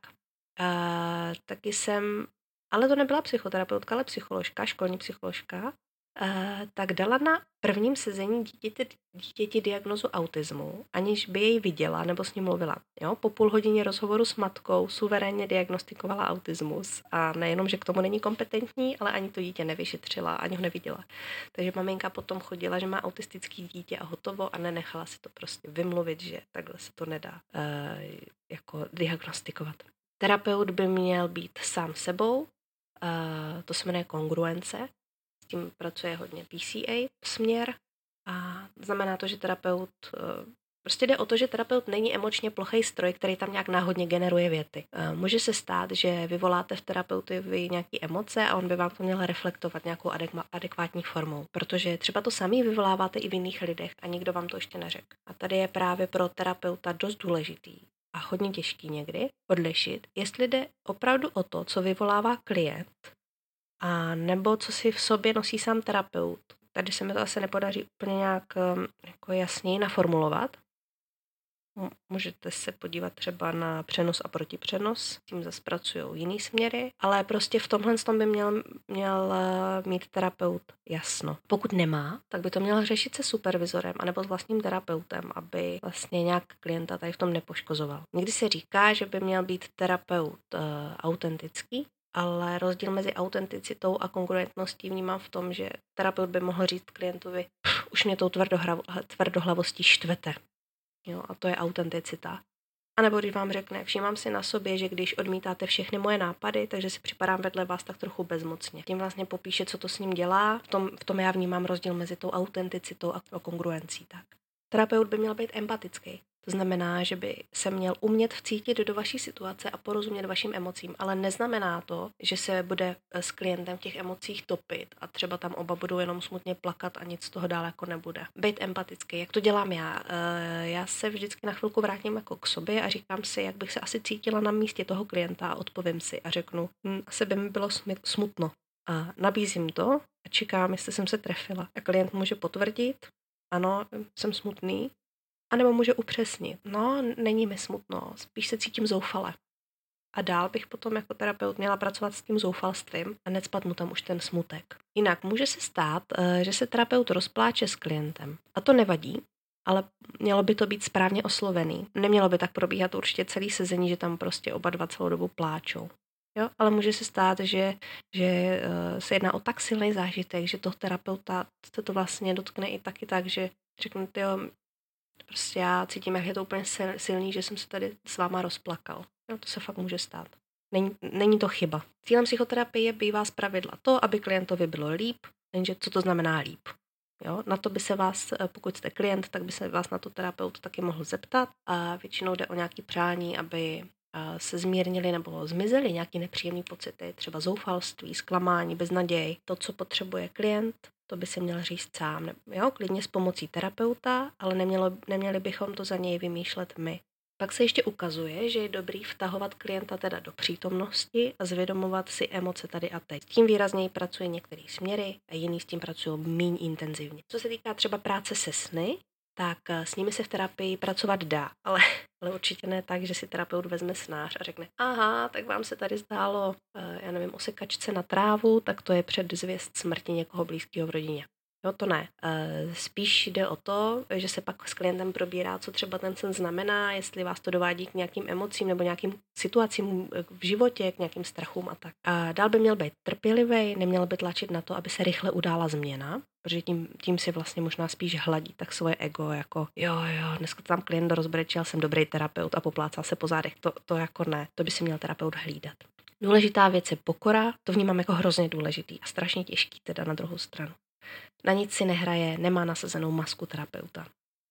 taky jsem, ale to nebyla psychoterapeutka, ale psycholožka, školní psycholožka, tak dala na prvním sezení dítěti diagnozu autismu, aniž by jej viděla nebo s ním mluvila. Jo? Po půl hodině rozhovoru s matkou suverénně diagnostikovala autismus a nejenom, že k tomu není kompetentní, ale ani to dítě nevyšetřila, ani ho neviděla. Takže maminka potom chodila, že má autistický dítě a hotovo a nenechala si to prostě vymluvit, že takhle se to nedá jako diagnostikovat. Terapeut by měl být sám sebou, to se jmenuje kongruence, s tím pracuje hodně PCA směr a znamená to, že terapeut, prostě jde o to, že terapeut není emočně plochý stroj, který tam nějak náhodně generuje věty. Může se stát, že vyvoláte v terapeutovi nějaké emoce a on by vám to měl reflektovat nějakou adekvátní formou, protože třeba to samý vyvoláváte i v jiných lidech a nikdo vám to ještě neřekl. A tady je právě pro terapeuta dost důležitý a hodně těžký někdy odlišit, jestli jde opravdu o to, co vyvolává klient, a nebo co si v sobě nosí sám terapeut. Tady se mi to asi nepodaří úplně nějak jako jasněji naformulovat. Můžete se podívat třeba na přenos a protipřenos, tím zase pracují jiný směry, ale prostě v tomhle tom by měl mít terapeut jasno. Pokud nemá, tak by to měl řešit se supervizorem anebo s vlastním terapeutem, aby vlastně nějak klienta tady v tom nepoškozoval. Někdy se říká, že by měl být terapeut autentický, ale rozdíl mezi autenticitou a kongruentností vnímám v tom, že terapeut by mohl říct klientovi, už mě tou tvrdohlavostí štvete. Jo, a to je autenticita. A nebo když vám řekne, všímám si na sobě, že když odmítáte všechny moje nápady, takže si připadám vedle vás tak trochu bezmocně. Tím vlastně popíše, co to s ním dělá. V tom já vnímám rozdíl mezi tou autenticitou a kongruencí. Tak. Terapeut by měl být empatický. To znamená, že by se měl umět vcítit do vaší situace a porozumět vašim emocím, ale neznamená to, že se bude s klientem v těch emocích topit a třeba tam oba budou jenom smutně plakat a nic z toho dál jako nebude. Být empatický, jak to dělám já? Já se vždycky na chvilku vrátím jako k sobě a říkám si, jak bych se asi cítila na místě toho klienta a odpovím si a řeknu, asi by mi bylo smutno. A nabízím to a čekám, jestli jsem se trefila. A klient může potvrdit, ano, jsem smutný, anebo může upřesnit, no, není mi smutno, spíš se cítím zoufale. A dál bych potom jako terapeut měla pracovat s tím zoufalstvím a necpat mu tam už ten smutek. Jinak může se stát, že se terapeut rozpláče s klientem. A to nevadí, ale mělo by to být správně oslovený. Nemělo by tak probíhat určitě celý sezení, že tam prostě oba dva celou dobu pláčou. Jo? Ale může se stát, že se jedná o tak silný zážitek, že toho terapeuta se to vlastně dotkne i taky tak, že řeknu, jo, prostě já cítím, jak je to úplně silný, že jsem se tady s váma rozplakal. Jo, to se fakt může stát. Není to chyba. Cílem psychoterapie bývá zpravidla to, aby klientovi bylo líp, jenže co to znamená líp. Jo, na to by se vás, pokud jste klient, tak by se vás na to terapeut taky mohl zeptat a většinou jde o nějaké přání, aby se zmírnili nebo zmizely nějaké nepříjemné pocity, třeba zoufalství, zklamání, beznaděj. To, co potřebuje klient, to by se měl říct sám. Jo, klidně s pomocí terapeuta, ale neměli bychom to za něj vymýšlet my. Pak se ještě ukazuje, že je dobrý vtahovat klienta teda do přítomnosti a zvědomovat si emoce tady a teď. Tím výrazněji pracuje některé směry a jiný s tím pracují méně intenzivně. Co se týká třeba práce se sny, tak s nimi se v terapii pracovat dá, ale určitě ne tak, že si terapeut vezme snář a řekne, aha, tak vám se tady zdálo, já nevím, o sekačce na trávu, tak to je předzvěst smrti někoho blízkého v rodině. Jo, to ne. Spíš jde o to, že se pak s klientem probírá, co třeba ten sen znamená, jestli vás to dovádí k nějakým emocím nebo nějakým situacím v životě, k nějakým strachům a tak. A dál by měl být trpělivý, neměl by tlačit na to, aby se rychle udála změna, protože tím si vlastně možná spíš hladí tak svoje ego, jako jo, dneska tam klient rozbrečel, jsem dobrý terapeut a poplácal se po zádech. To jako ne, to by si měl terapeut hlídat. Důležitá věc je pokora, to vnímám jako hrozně důležitý a strašně těžký teda na druhou stranu. Na nic si nehraje, nemá nasazenou masku terapeuta.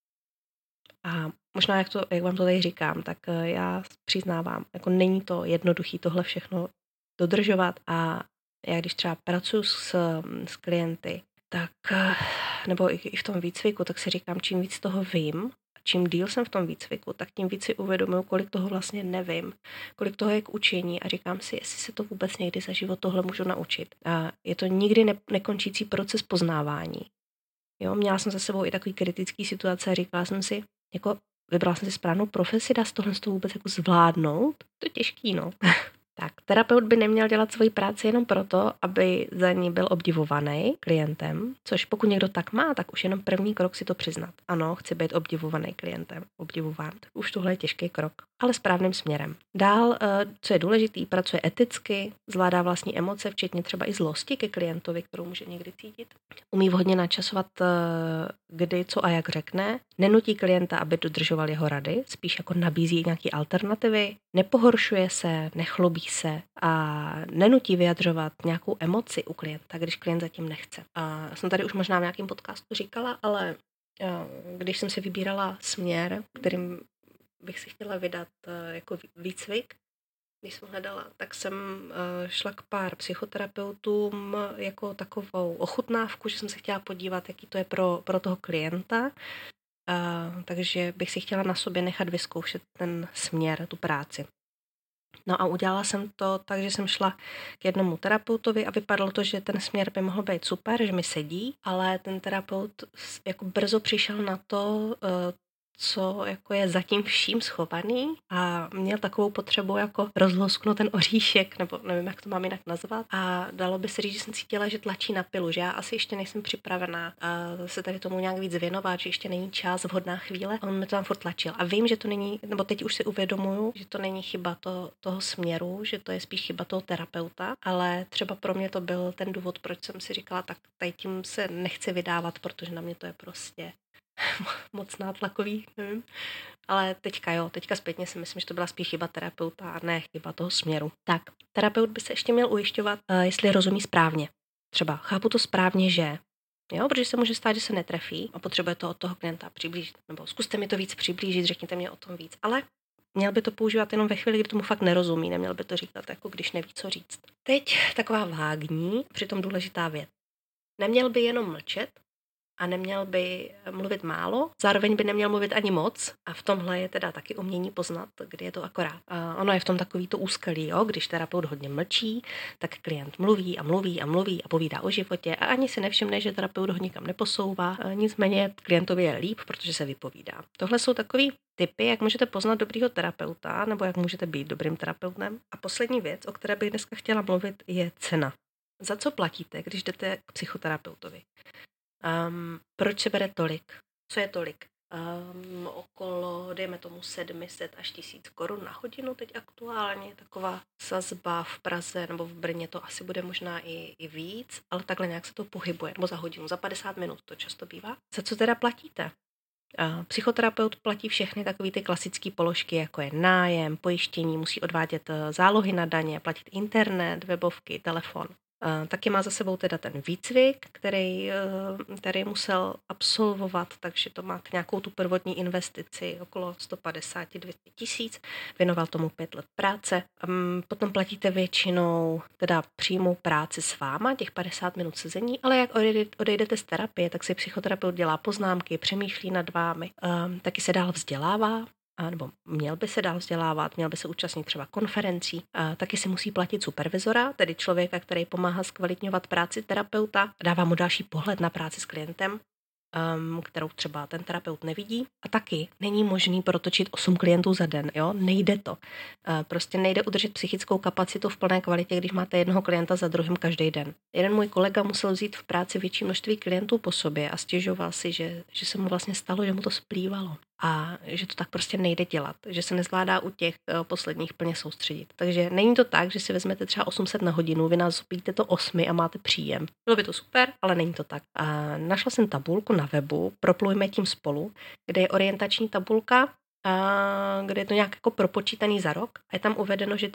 A možná, jak vám to tady říkám, tak já přiznávám, jako není to jednoduchý tohle všechno dodržovat a já když třeba pracuji s klienty, tak, nebo i v tom výcviku, tak si říkám, čím víc toho vím, čím díl jsem v tom výcviku, tak tím víc si uvědomuji, kolik toho vlastně nevím, kolik toho je k učení a říkám si, jestli se to vůbec někdy za život tohle můžu naučit. A je to nikdy nekončící proces poznávání. Jo, měla jsem za sebou i takový kritický situace a říkala jsem si, jako vybrala jsem si správnou profesi, dá se tohle vůbec jako zvládnout? To je těžký, no. Tak, terapeut by neměl dělat svoji práci jenom proto, aby za ní byl obdivovaný klientem, což pokud někdo tak má, tak už jenom první krok si to přiznat. Ano, chci být obdivovaný klientem, obdivován. Už tohle je těžký krok, ale správným směrem. Dál, co je důležitý, pracuje eticky, zvládá vlastní emoce, včetně třeba i zlosti ke klientovi, kterou může někdy cítit. Umí vhodně načasovat, kdy, co a jak řekne. Nenutí klienta, aby dodržoval jeho rady, spíš jako nabízí nějaké alternativy. Nepohoršuje se, nechlubí se a nenutí vyjadřovat nějakou emoci u klienta, když klient zatím nechce. A jsem tady už možná v nějakém podcastu říkala, ale když jsem si vybírala směr, kterým bych si chtěla vydat jako výcvik, když jsem hledala, tak jsem šla k pár psychoterapeutům jako takovou ochutnávku, že jsem se chtěla podívat, jaký to je pro toho klienta. Takže bych si chtěla na sobě nechat vyzkoušet ten směr, tu práci. No a udělala jsem to tak, že jsem šla k jednomu terapeutovi a vypadalo to, že ten směr by mohl být super, že mi sedí, ale ten terapeut jako brzo přišel na to, co jako je zatím vším schovaný a měl takovou potřebu jako rozlousknout ten oříšek, nebo nevím, jak to mám jinak nazvat. A dalo by se říct, že jsem cítila, že tlačí na pilu, že já asi ještě nejsem připravená se tady tomu nějak víc věnovat, že ještě není čas, vhodná chvíle. A on mi to tam furt tlačil. A vím, že to není, nebo teď už si uvědomuju, že to není chyba toho směru, že to je spíš chyba toho terapeuta, ale třeba pro mě to byl ten důvod, proč jsem si říkala, tak tady tím se nechci vydávat, protože na mě to je prostě moc nátlakový, nevím. Ale teďka zpětně si myslím, že to byla spíš chyba terapeuta a ne chyba toho směru. Tak, terapeut by se ještě měl ujišťovat, jestli rozumí správně. Třeba chápu to správně, že Jo, protože se může stát, že se netrefí a potřebuje to od toho klienta přiblížit. Nebo zkuste mi to víc přiblížit, řekněte mě o tom víc. Ale měl by to používat jenom ve chvíli, kdy tomu fakt nerozumí, neměl by to říkat, jako když neví, co říct. Teď taková vágní, přitom důležitá věc. Neměl by jenom mlčet a neměl by mluvit málo, zároveň by neměl mluvit ani moc a v tomhle je teda taky umění poznat, kdy je to akorát. A ono je v tom takový to úskalí, jo? Když terapeut hodně mlčí, tak klient mluví a mluví a mluví a povídá o životě a ani si nevšimne, že terapeut ho nikam neposouvá, nicméně klientovi je líp, protože se vypovídá. Tohle jsou takový tipy, jak můžete poznat dobrýho terapeuta nebo jak můžete být dobrým terapeutem. A poslední věc, o které bych dneska chtěla mluvit, je cena. Za co platíte, když jdete k psychoterapeutovi? Proč se bere tolik? Co je tolik? Okolo, dejme tomu 700 až 1000 korun na hodinu teď aktuálně. Taková sazba v Praze nebo v Brně to asi bude možná i víc, ale takhle nějak se to pohybuje. Nebo za hodinu, za 50 minut to často bývá. Za co teda platíte? Psychoterapeut platí všechny takové ty klasické položky, jako je nájem, pojištění, musí odvádět zálohy na daně, platit internet, webovky, telefon. Taky má za sebou teda ten výcvik, který musel absolvovat, takže to má nějakou tu prvotní investici okolo 150-200 tisíc. Věnoval tomu 5 let práce. Potom platíte většinou teda přímou práci s váma, těch 50 minut sezení, ale jak odejdete z terapie, tak si psychoterapeut dělá poznámky, přemýšlí nad vámi, taky se dál vzdělává, nebo měl by se dál vzdělávat, měl by se účastnit třeba konferencí, taky si musí platit supervizora, tedy člověka, který pomáhá zkvalitňovat práci terapeuta, dává mu další pohled na práci s klientem, kterou třeba ten terapeut nevidí. A taky není možný protočit 8 klientů za den, jo? Nejde to. Prostě nejde udržet psychickou kapacitu v plné kvalitě, když máte jednoho klienta za druhým každý den. Jeden můj kolega musel vzít v práci větší množství klientů po sobě a stěžoval si, že se mu vlastně stalo, že mu to splývalo. A že to tak prostě nejde dělat, že se nezvládá u těch posledních plně soustředit. Takže není to tak, že si vezmete třeba 800 na hodinu, vy násobíte to 8 a máte příjem. Bylo by to super, ale není to tak. A našla jsem tabulku na webu Proplujme tím spolu, kde je orientační tabulka, kde je to nějak jako propočítaný za rok a je tam uvedeno, že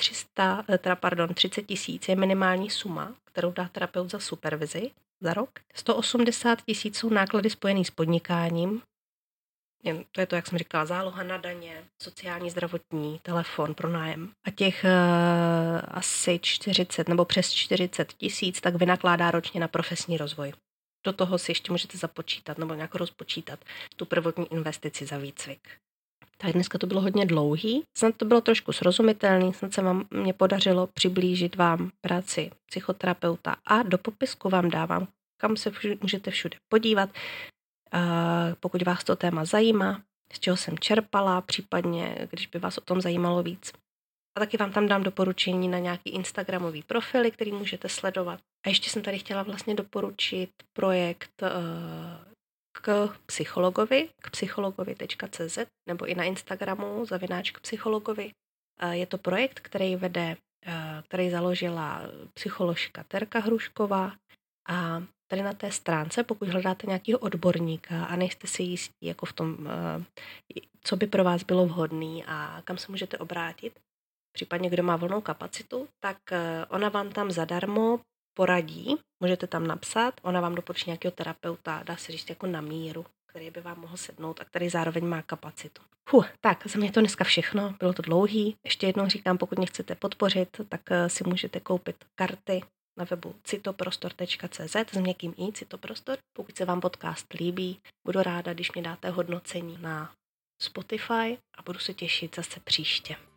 30 tisíc je minimální suma, kterou dá terapeut za supervizi za rok. 180 tisíc jsou náklady spojený s podnikáním. To je to, jak jsem říkala, záloha na daně, sociální, zdravotní, telefon, pronájem. A těch asi 40 nebo přes 40 tisíc tak vynakládá ročně na profesní rozvoj. Do toho si ještě můžete započítat nebo nějak rozpočítat tu prvotní investici za výcvik. Tak dneska to bylo hodně dlouhý, snad to bylo trošku srozumitelný, snad se mě podařilo přiblížit vám práci psychoterapeuta a do popisku vám dávám, kam se můžete všude podívat. Pokud vás to téma zajímá, z čeho jsem čerpala, případně, když by vás o tom zajímalo víc. A taky vám tam dám doporučení na nějaký instagramový profily, který můžete sledovat. A ještě jsem tady chtěla vlastně doporučit projekt k psychologovi.cz nebo i na Instagramu @psychologovi. Je to projekt, který založila psycholožka Terka Hrušková a tady na té stránce, pokud hledáte nějakého odborníka a nejste si jistí jako v tom, co by pro vás bylo vhodné a kam se můžete obrátit, případně kdo má volnou kapacitu, tak ona vám tam zadarmo poradí, můžete tam napsat, ona vám doporučí nějakého terapeuta, dá se říct jako na míru, který by vám mohl sednout a který zároveň má kapacitu. Tak, za mě to dneska všechno, bylo to dlouhý. Ještě jednou říkám, pokud mě chcete podpořit, tak si můžete koupit karty na webu citoprostor.cz s měkkým i Citoprostor. Pokud se vám podcast líbí, budu ráda, když mě dáte hodnocení na Spotify a budu se těšit zase příště.